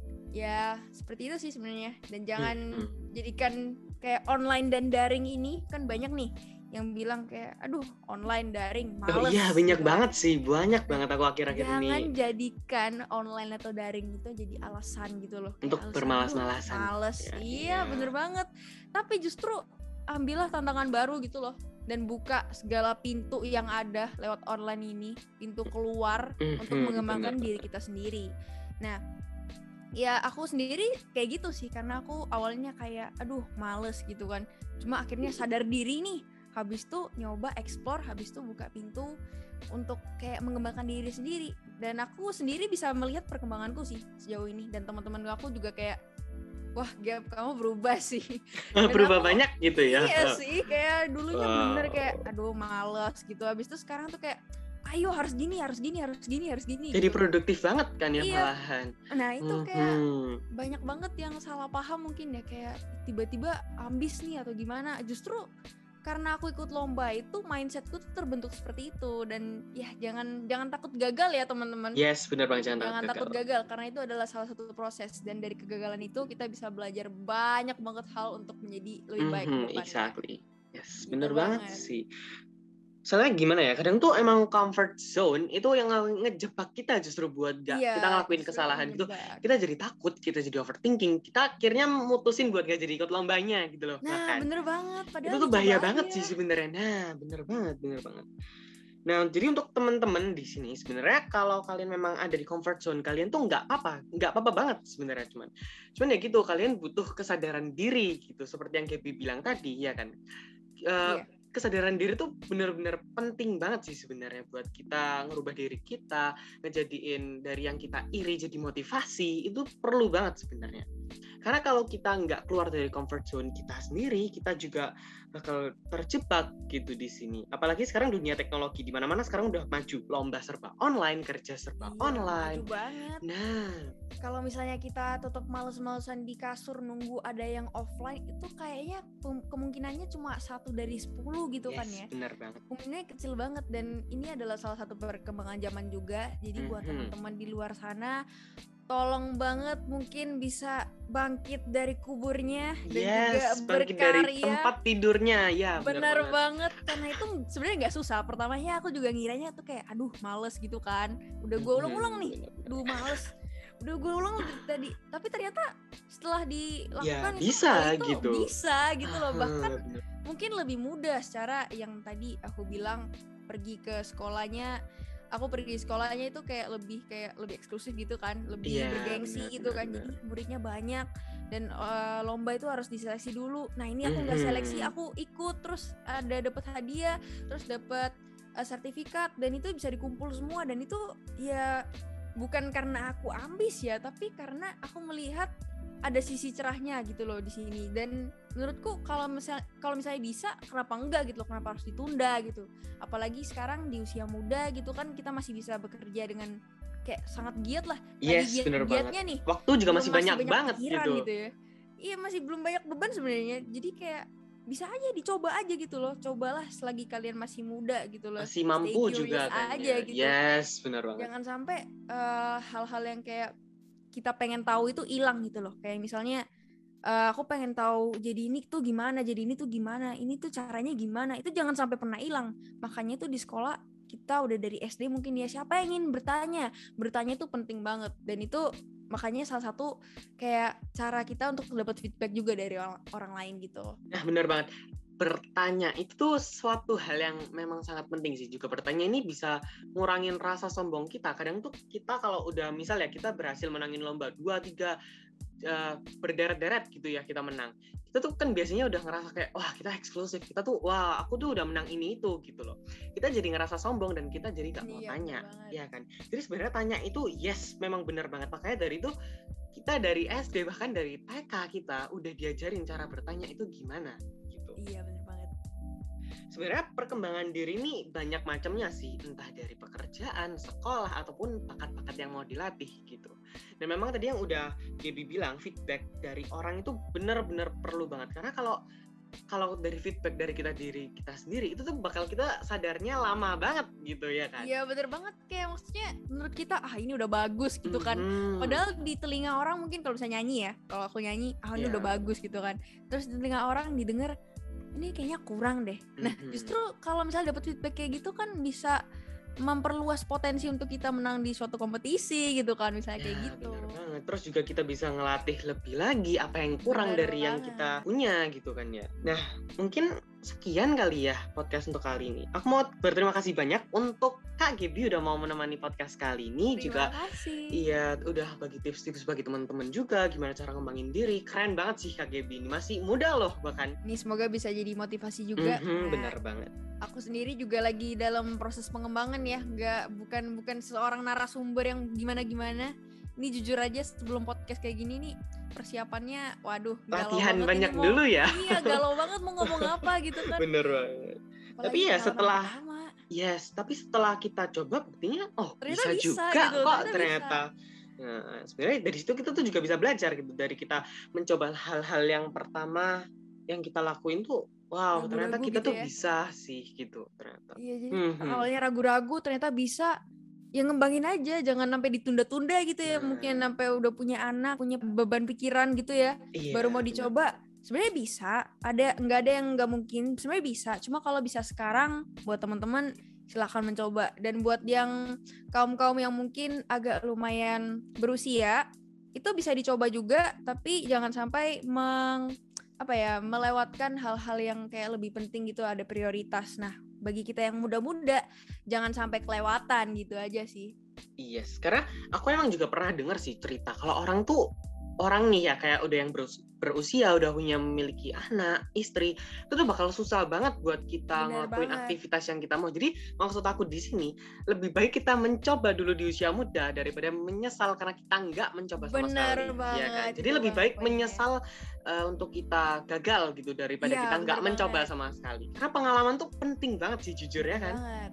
Speaker 2: Ya seperti itu sih sebenarnya. Dan jangan hmm. jadikan kayak online dan daring ini, kan banyak nih yang bilang kayak aduh online daring males.
Speaker 1: Oh iya banyak gitu. banget sih, banyak banget aku akhir-akhir
Speaker 2: Jangan
Speaker 1: ini.
Speaker 2: Jangan jadikan online atau daring itu jadi alasan gitu loh.
Speaker 1: Untuk bermalas-malasan.
Speaker 2: Males,
Speaker 1: ya,
Speaker 2: iya
Speaker 1: iya
Speaker 2: bener banget. Tapi justru ambillah tantangan baru gitu loh. Dan buka segala pintu yang ada lewat online ini. Pintu keluar mm-hmm, untuk mengembangkan bener. diri kita sendiri. Nah ya aku sendiri kayak gitu sih. Karena aku awalnya kayak aduh males gitu kan. Cuma akhirnya sadar diri nih, habis itu nyoba explore, habis itu buka pintu untuk kayak mengembangkan diri sendiri. Dan aku sendiri bisa melihat perkembanganku sih sejauh ini, dan teman-teman aku juga kayak, wah Gap, kamu berubah sih.
Speaker 1: Berubah
Speaker 2: aku,
Speaker 1: banyak gitu ya?
Speaker 2: Iya sih, kayak dulunya
Speaker 1: wow.
Speaker 2: bener-bener kayak aduh males gitu, habis itu sekarang tuh kayak ayo harus gini, harus gini, harus gini, harus gini.
Speaker 1: Jadi
Speaker 2: gitu.
Speaker 1: produktif banget kan ya
Speaker 2: iya.
Speaker 1: malahan.
Speaker 2: Nah itu
Speaker 1: mm-hmm.
Speaker 2: kayak banyak banget yang salah paham mungkin ya, kayak tiba-tiba ambis nih atau gimana. Justru karena aku ikut lomba itu mindsetku tuh terbentuk seperti itu. Dan ya jangan jangan takut gagal ya teman-teman.
Speaker 1: Yes, benar banget, jangan,
Speaker 2: jangan
Speaker 1: takut,
Speaker 2: takut gagal. gagal karena itu adalah salah satu proses, dan dari kegagalan itu kita bisa belajar banyak banget hal untuk menjadi lebih baik
Speaker 1: mm-hmm,
Speaker 2: ke depannya.
Speaker 1: Exactly. Yes,
Speaker 2: gitu
Speaker 1: benar banget. banget
Speaker 2: sih.
Speaker 1: Soalnya gimana ya, kadang tuh emang comfort zone itu yang ngejebak kita justru buat gak
Speaker 2: iya,
Speaker 1: kita ngelakuin kesalahan gitu. Kita jadi takut, kita jadi overthinking, kita akhirnya mutusin buat gak jadi ikut lombanya gitu loh.
Speaker 2: Nah,
Speaker 1: kan?
Speaker 2: bener banget. Padahal
Speaker 1: itu tuh bahaya banget
Speaker 2: ya.
Speaker 1: sih sebenarnya. Nah, bener banget, bener banget. Nah, jadi untuk teman-teman di sini sebenarnya kalau kalian memang ada di comfort zone kalian tuh nggak apa-apa, nggak apa-apa banget sebenarnya, cuman, cuman ya gitu, kalian butuh kesadaran diri gitu, seperti yang Gaby bilang tadi, ya kan? Uh, yeah. Kesadaran diri tuh benar-benar penting banget sih sebenarnya buat kita ngerubah diri kita, ngejadiin dari yang kita iri jadi motivasi, itu perlu banget sebenarnya. Karena kalau kita nggak keluar dari comfort zone kita sendiri, kita juga bakal terjebak gitu di sini. Apalagi sekarang dunia teknologi di mana-mana sekarang udah maju, lomba serba online, kerja serba
Speaker 2: iya,
Speaker 1: online.
Speaker 2: Maju banget.
Speaker 1: Nah,
Speaker 2: kalau misalnya kita tetap males-malesan di kasur nunggu ada yang offline, itu kayaknya kemungkinannya cuma satu dari sepuluh gitu
Speaker 1: yes,
Speaker 2: kan ya.
Speaker 1: Benar banget.
Speaker 2: Kemungkinannya kecil banget, dan ini adalah salah satu perkembangan zaman juga. Jadi mm-hmm. buat teman-teman di luar sana, tolong banget mungkin bisa bangkit dari kuburnya dan
Speaker 1: yes,
Speaker 2: juga
Speaker 1: bangkit
Speaker 2: berkarya
Speaker 1: dari tempat tidurnya. Ya,
Speaker 2: benar banget. banget karena itu sebenarnya nggak susah. Pertamanya aku juga ngiranya tuh kayak aduh males gitu kan, udah gue ulang-ulang nih, aduh males, udah gue ulang tadi, tapi ternyata setelah dilakukan
Speaker 1: ya,
Speaker 2: itu,
Speaker 1: bisa
Speaker 2: itu
Speaker 1: gitu
Speaker 2: bisa gitu loh. Bahkan mungkin lebih mudah secara yang tadi aku bilang, pergi ke sekolahnya, aku pergi sekolahnya itu kayak lebih kayak lebih eksklusif gitu kan, lebih yeah, bergengsi bener, gitu bener, kan bener. Jadi muridnya banyak dan uh, lomba itu harus diseleksi dulu. Nah ini aku nggak mm-hmm. seleksi, aku ikut, terus ada dapat hadiah, terus dapat uh, sertifikat, dan itu bisa dikumpul semua. Dan itu ya bukan karena aku ambis ya, tapi karena aku melihat ada sisi cerahnya gitu loh di sini. Dan menurutku kalau misal kalau misalnya bisa, kenapa enggak gitu loh, kenapa harus ditunda gitu. Apalagi sekarang di usia muda gitu kan, kita masih bisa bekerja dengan kayak sangat giat lah.
Speaker 1: Yes,
Speaker 2: giat,
Speaker 1: bener
Speaker 2: giatnya
Speaker 1: banget.
Speaker 2: nih.
Speaker 1: Waktu juga masih, masih banyak, banyak banget gitu.
Speaker 2: gitu ya. Iya, masih belum banyak beban sebenarnya. Jadi kayak bisa aja dicoba aja gitu loh. Cobalah selagi kalian masih muda gitu loh.
Speaker 1: Masih mampu juga kan
Speaker 2: aja
Speaker 1: ya.
Speaker 2: gitu.
Speaker 1: Yes, benar banget.
Speaker 2: Jangan sampai uh, hal-hal yang kayak kita pengen tahu itu hilang gitu loh. Kayak misalnya uh, aku pengen tahu jadi ini tuh gimana, jadi ini tuh gimana, ini tuh caranya gimana. Itu jangan sampai pernah hilang. Makanya tuh di sekolah kita udah dari S D mungkin ya, siapa yang ingin bertanya. Bertanya tuh penting banget. Dan itu makanya salah satu kayak cara kita untuk dapat feedback juga dari orang, orang lain gitu.
Speaker 1: Nah, benar banget. Bertanya itu tuh suatu hal yang memang sangat penting sih. Juga bertanya ini bisa ngurangin rasa sombong kita. Kadang tuh kita kalau udah misal ya kita berhasil menangin lomba dua tiga uh, berderet-deret gitu ya, kita menang. Kita tuh kan biasanya udah ngerasa kayak wah kita eksklusif. Kita tuh wah aku tuh udah menang ini itu gitu loh. Kita jadi ngerasa sombong dan kita jadi gak mau iya, tanya. Ya kan. Jadi sebenarnya tanya itu yes memang benar banget. Makanya dari itu kita dari S D bahkan dari T K kita udah diajarin cara bertanya itu gimana.
Speaker 2: Iya benar banget.
Speaker 1: Sebenarnya perkembangan diri ini banyak macamnya sih, entah dari pekerjaan, sekolah ataupun bakat-bakat yang mau dilatih gitu. Dan memang tadi yang udah Gaby bilang, feedback dari orang itu benar-benar perlu banget, karena kalau kalau dari feedback dari kita diri kita sendiri itu tuh bakal kita sadarnya lama banget gitu ya kan.
Speaker 2: Iya benar banget, kayak maksudnya menurut kita ah ini udah bagus gitu kan. Mm-hmm. Padahal di telinga orang mungkin kalau bisa nyanyi ya, kalau aku nyanyi ah ini yeah. udah bagus gitu kan. Terus di telinga orang didengar ini kayaknya kurang deh. Nah, mm-hmm. justru kalau misalnya dapat feedback kayak gitu kan bisa memperluas potensi untuk kita menang di suatu kompetisi gitu kan, misalnya ya, kayak gitu.
Speaker 1: Benar banget. Terus juga kita bisa ngelatih lebih lagi apa yang kurang benar dari banget. Yang kita punya gitu kan ya. Nah, mungkin sekian kali ya podcast untuk kali ini. Aku mau berterima kasih banyak untuk Kak Gaby udah mau menemani podcast kali ini.
Speaker 2: Terima
Speaker 1: Juga
Speaker 2: kasih.
Speaker 1: iya udah bagi tips-tips bagi teman-teman juga gimana cara ngembangin diri. Keren banget sih Kak Gaby ini, masih muda loh bahkan.
Speaker 2: Ini semoga bisa jadi motivasi juga.
Speaker 1: Mm-hmm,
Speaker 2: nah,
Speaker 1: benar banget.
Speaker 2: Aku sendiri juga lagi dalam proses pengembangan ya, nggak bukan bukan seorang narasumber yang gimana-gimana. Ini jujur aja sebelum podcast kayak gini nih persiapannya, waduh,
Speaker 1: latihan
Speaker 2: galau
Speaker 1: banyak
Speaker 2: mau,
Speaker 1: dulu ya.
Speaker 2: Iya, galau banget mau ngomong apa gitu kan.
Speaker 1: Bener banget.
Speaker 2: Apalagi
Speaker 1: tapi ya setelah
Speaker 2: pertama.
Speaker 1: Yes, tapi setelah kita coba buktinya oh
Speaker 2: ternyata
Speaker 1: bisa,
Speaker 2: bisa
Speaker 1: juga
Speaker 2: gitu,
Speaker 1: kok
Speaker 2: ternyata.
Speaker 1: ternyata. Nah, sebenarnya dari situ kita tuh juga bisa belajar gitu, dari kita mencoba hal-hal yang pertama yang kita lakuin tuh wow, ragu-ragu ternyata kita gitu tuh ya? Bisa sih gitu ternyata.
Speaker 2: Iya, jadi
Speaker 1: hmm.
Speaker 2: awalnya ragu-ragu ternyata bisa. Ya ngembangin aja, jangan sampai ditunda-tunda gitu ya. Nah. Mungkin sampai udah punya anak, punya beban pikiran gitu ya. Iya, baru mau dicoba. Bener. Sebenarnya bisa, ada nggak ada yang nggak mungkin. Sebenarnya bisa. Cuma kalau bisa sekarang, buat teman-teman silakan mencoba. Dan buat yang kaum-kaum yang mungkin agak lumayan berusia, itu bisa dicoba juga. Tapi jangan sampai meng apa ya melewatkan hal-hal yang kayak lebih penting gitu, ada prioritas. Nah, bagi kita yang muda-muda jangan sampai kelewatan gitu aja sih.
Speaker 1: Yes, karena aku emang juga pernah dengar sih cerita kalau orang tuh orang nih ya kayak udah yang berusia, berusia udah punya memiliki anak, istri, itu tuh bakal susah banget buat kita Bener ngelakuin banget. Aktivitas yang kita mau. Jadi maksud aku di sini lebih baik kita mencoba dulu di usia muda daripada menyesal karena kita nggak mencoba sama Bener sekali. Banget, ya kan? Jadi lebih baik poinnya. menyesal uh, untuk kita gagal gitu daripada ya, kita nggak mencoba sama sekali. Karena pengalaman tuh penting banget sih jujur ya kan. Banget.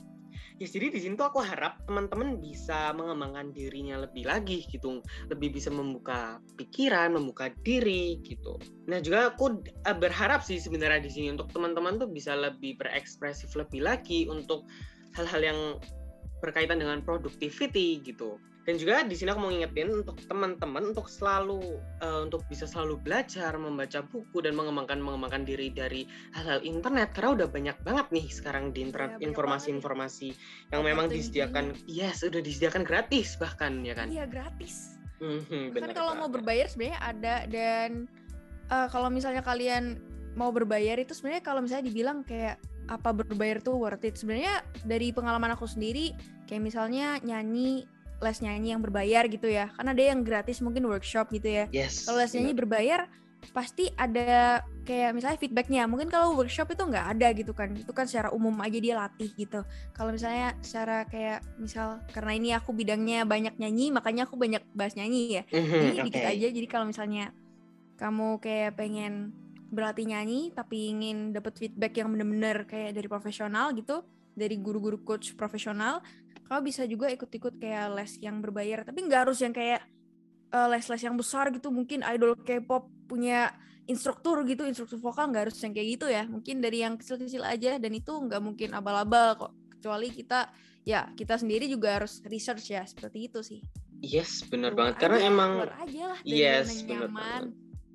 Speaker 1: Ya, jadi di sini tuh aku harap teman-teman bisa mengembangkan dirinya lebih lagi gitu, lebih bisa membuka pikiran, membuka diri gitu. Nah juga aku berharap sih sebenarnya di sini untuk teman-teman tuh bisa lebih berekspresif lebih lagi untuk hal-hal yang berkaitan dengan productivity gitu. Dan juga di sini aku mau ngingetin untuk teman-teman untuk selalu uh, untuk bisa selalu belajar, membaca buku dan mengembangkan mengembangkan diri dari hal-hal internet karena udah banyak banget nih sekarang di internet ya, informasi-informasi yang oh, memang disediakan, ini. yes, udah disediakan gratis bahkan ya kan? Iya gratis. Mm-hmm,
Speaker 2: bahkan kalau mau berbayar sebenarnya ada dan uh, kalau misalnya kalian mau berbayar itu sebenarnya kalau misalnya dibilang kayak apa berbayar tuh worth it, sebenarnya dari pengalaman aku sendiri kayak misalnya nyanyi les nyanyi yang berbayar gitu ya, kan ada yang gratis mungkin workshop gitu ya.
Speaker 1: Yes,
Speaker 2: kalau les nyanyi berbayar pasti ada kayak misalnya feedbacknya. Mungkin kalau workshop itu nggak ada gitu kan, itu kan secara umum aja dia latih gitu. Kalau misalnya secara kayak misal karena ini aku bidangnya banyak nyanyi makanya aku banyak bahas nyanyi ya. Mm-hmm, jadi okay. Dikit aja. Jadi kalau misalnya kamu kayak pengen berlatih nyanyi tapi ingin dapat feedback yang benar-benar kayak dari profesional gitu, dari guru-guru coach profesional, kamu bisa juga ikut-ikut kayak les yang berbayar, tapi nggak harus yang kayak uh, les-les yang besar gitu. Mungkin idol K-pop punya instruktur gitu, instruktur vokal, nggak harus yang kayak gitu ya. Mungkin dari yang kecil-kecil aja, dan itu nggak mungkin abal-abal kok. Kecuali kita, ya kita sendiri juga harus research ya, seperti itu sih.
Speaker 1: Yes, benar banget.
Speaker 2: Aja,
Speaker 1: Karena emang,
Speaker 2: keluar aja lah dari
Speaker 1: yes,
Speaker 2: zona nyaman.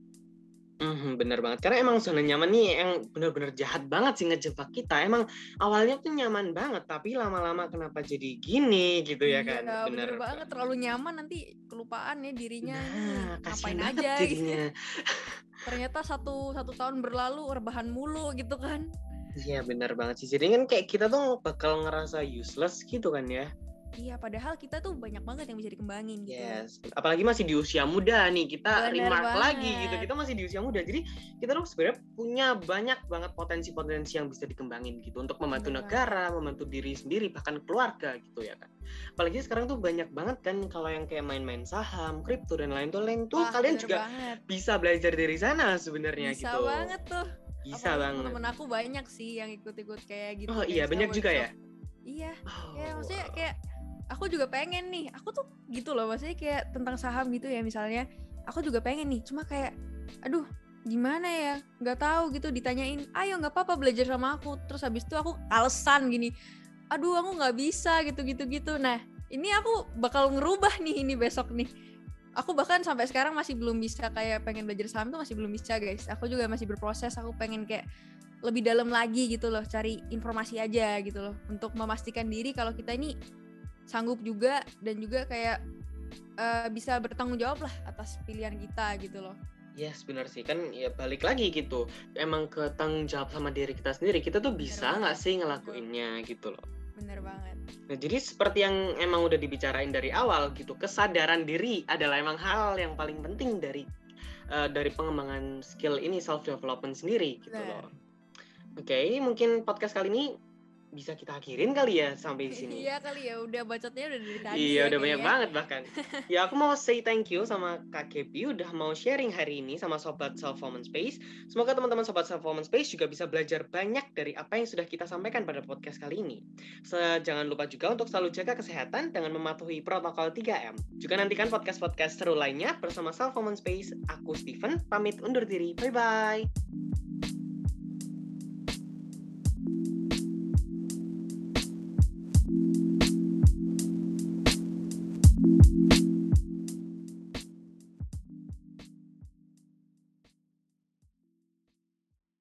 Speaker 1: Mm, bener banget, karena emang zona nyaman nih yang bener-bener jahat banget sih ngejebak kita. Emang awalnya tuh nyaman banget, tapi lama-lama kenapa jadi gini gitu ya kan?
Speaker 2: Iya, bener, bener banget, terlalu nyaman nanti kelupaan ya dirinya.
Speaker 1: Nah,
Speaker 2: ngapain aja
Speaker 1: jadinya.
Speaker 2: Ternyata satu satu tahun berlalu rebahan mulu gitu kan?
Speaker 1: Iya bener banget sih. Jadi kan kayak kita tuh bakal ngerasa useless gitu kan ya?
Speaker 2: Iya, padahal kita tuh banyak banget yang bisa dikembangin gitu.
Speaker 1: Yes, apalagi masih di usia muda nih, kita Bener remark banget. lagi gitu, kita masih di usia muda. Jadi kita tuh sebenarnya punya banyak banget potensi-potensi yang bisa dikembangin gitu untuk membantu Bener negara, banget. membantu diri sendiri, bahkan keluarga gitu ya kan. Apalagi sekarang tuh banyak banget kan kalau yang kayak main-main saham, kripto dan lain tuh lain tuh Wah, kalian juga banget. bisa belajar dari sana sebenarnya gitu.
Speaker 2: Bisa banget tuh.
Speaker 1: Bisa Apalagi banget.
Speaker 2: Temen aku banyak sih yang ikut-ikut kayak gitu.
Speaker 1: Oh iya, banyak juga ya?
Speaker 2: Iya. Oh, ya maksudnya kayak aku juga pengen nih, aku tuh gitu loh, maksudnya kayak tentang saham gitu ya misalnya, aku juga pengen nih, cuma kayak, aduh gimana ya, nggak tahu gitu, ditanyain, ayo nggak apa-apa belajar sama aku, terus habis itu aku alasan gini, aduh aku nggak bisa gitu-gitu-gitu. Nah ini aku bakal ngerubah nih ini besok nih, aku bahkan sampai sekarang masih belum bisa kayak pengen belajar saham tuh masih belum bisa guys, aku juga masih berproses, aku pengen kayak lebih dalam lagi gitu loh, cari informasi aja gitu loh, untuk memastikan diri kalau kita ini sanggup juga dan juga kayak uh, bisa bertanggung jawab lah atas pilihan kita gitu loh.
Speaker 1: Yes, benar sih. Kan ya balik lagi gitu. Emang ke tanggung jawab sama diri kita sendiri. Kita tuh bisa nggak sih ngelakuinnya gitu loh.
Speaker 2: Bener banget.
Speaker 1: Nah, jadi seperti yang emang udah dibicarain dari awal gitu, kesadaran diri adalah emang hal yang paling penting dari uh, dari pengembangan skill ini, self development sendiri gitu
Speaker 2: Bener.
Speaker 1: loh. Oke, okay, mungkin podcast kali ini bisa kita akhirin kali ya sampai di sini.
Speaker 2: Iya kali ya, udah bacotnya udah dari tadi.
Speaker 1: Iya,
Speaker 2: ya,
Speaker 1: udah banyak
Speaker 2: kayaknya.
Speaker 1: banget bahkan. Ya, aku mau say thank you sama Kak Kepi udah mau sharing hari ini sama Sobat Self Woman Space. Semoga teman-teman Sobat Self Woman Space juga bisa belajar banyak dari apa yang sudah kita sampaikan pada podcast kali ini. So, jangan lupa juga untuk selalu jaga kesehatan dengan mematuhi protokol tiga M. Juga nantikan podcast-podcast seru lainnya bersama Self Woman Space. Aku Steven, pamit undur diri. Bye-bye.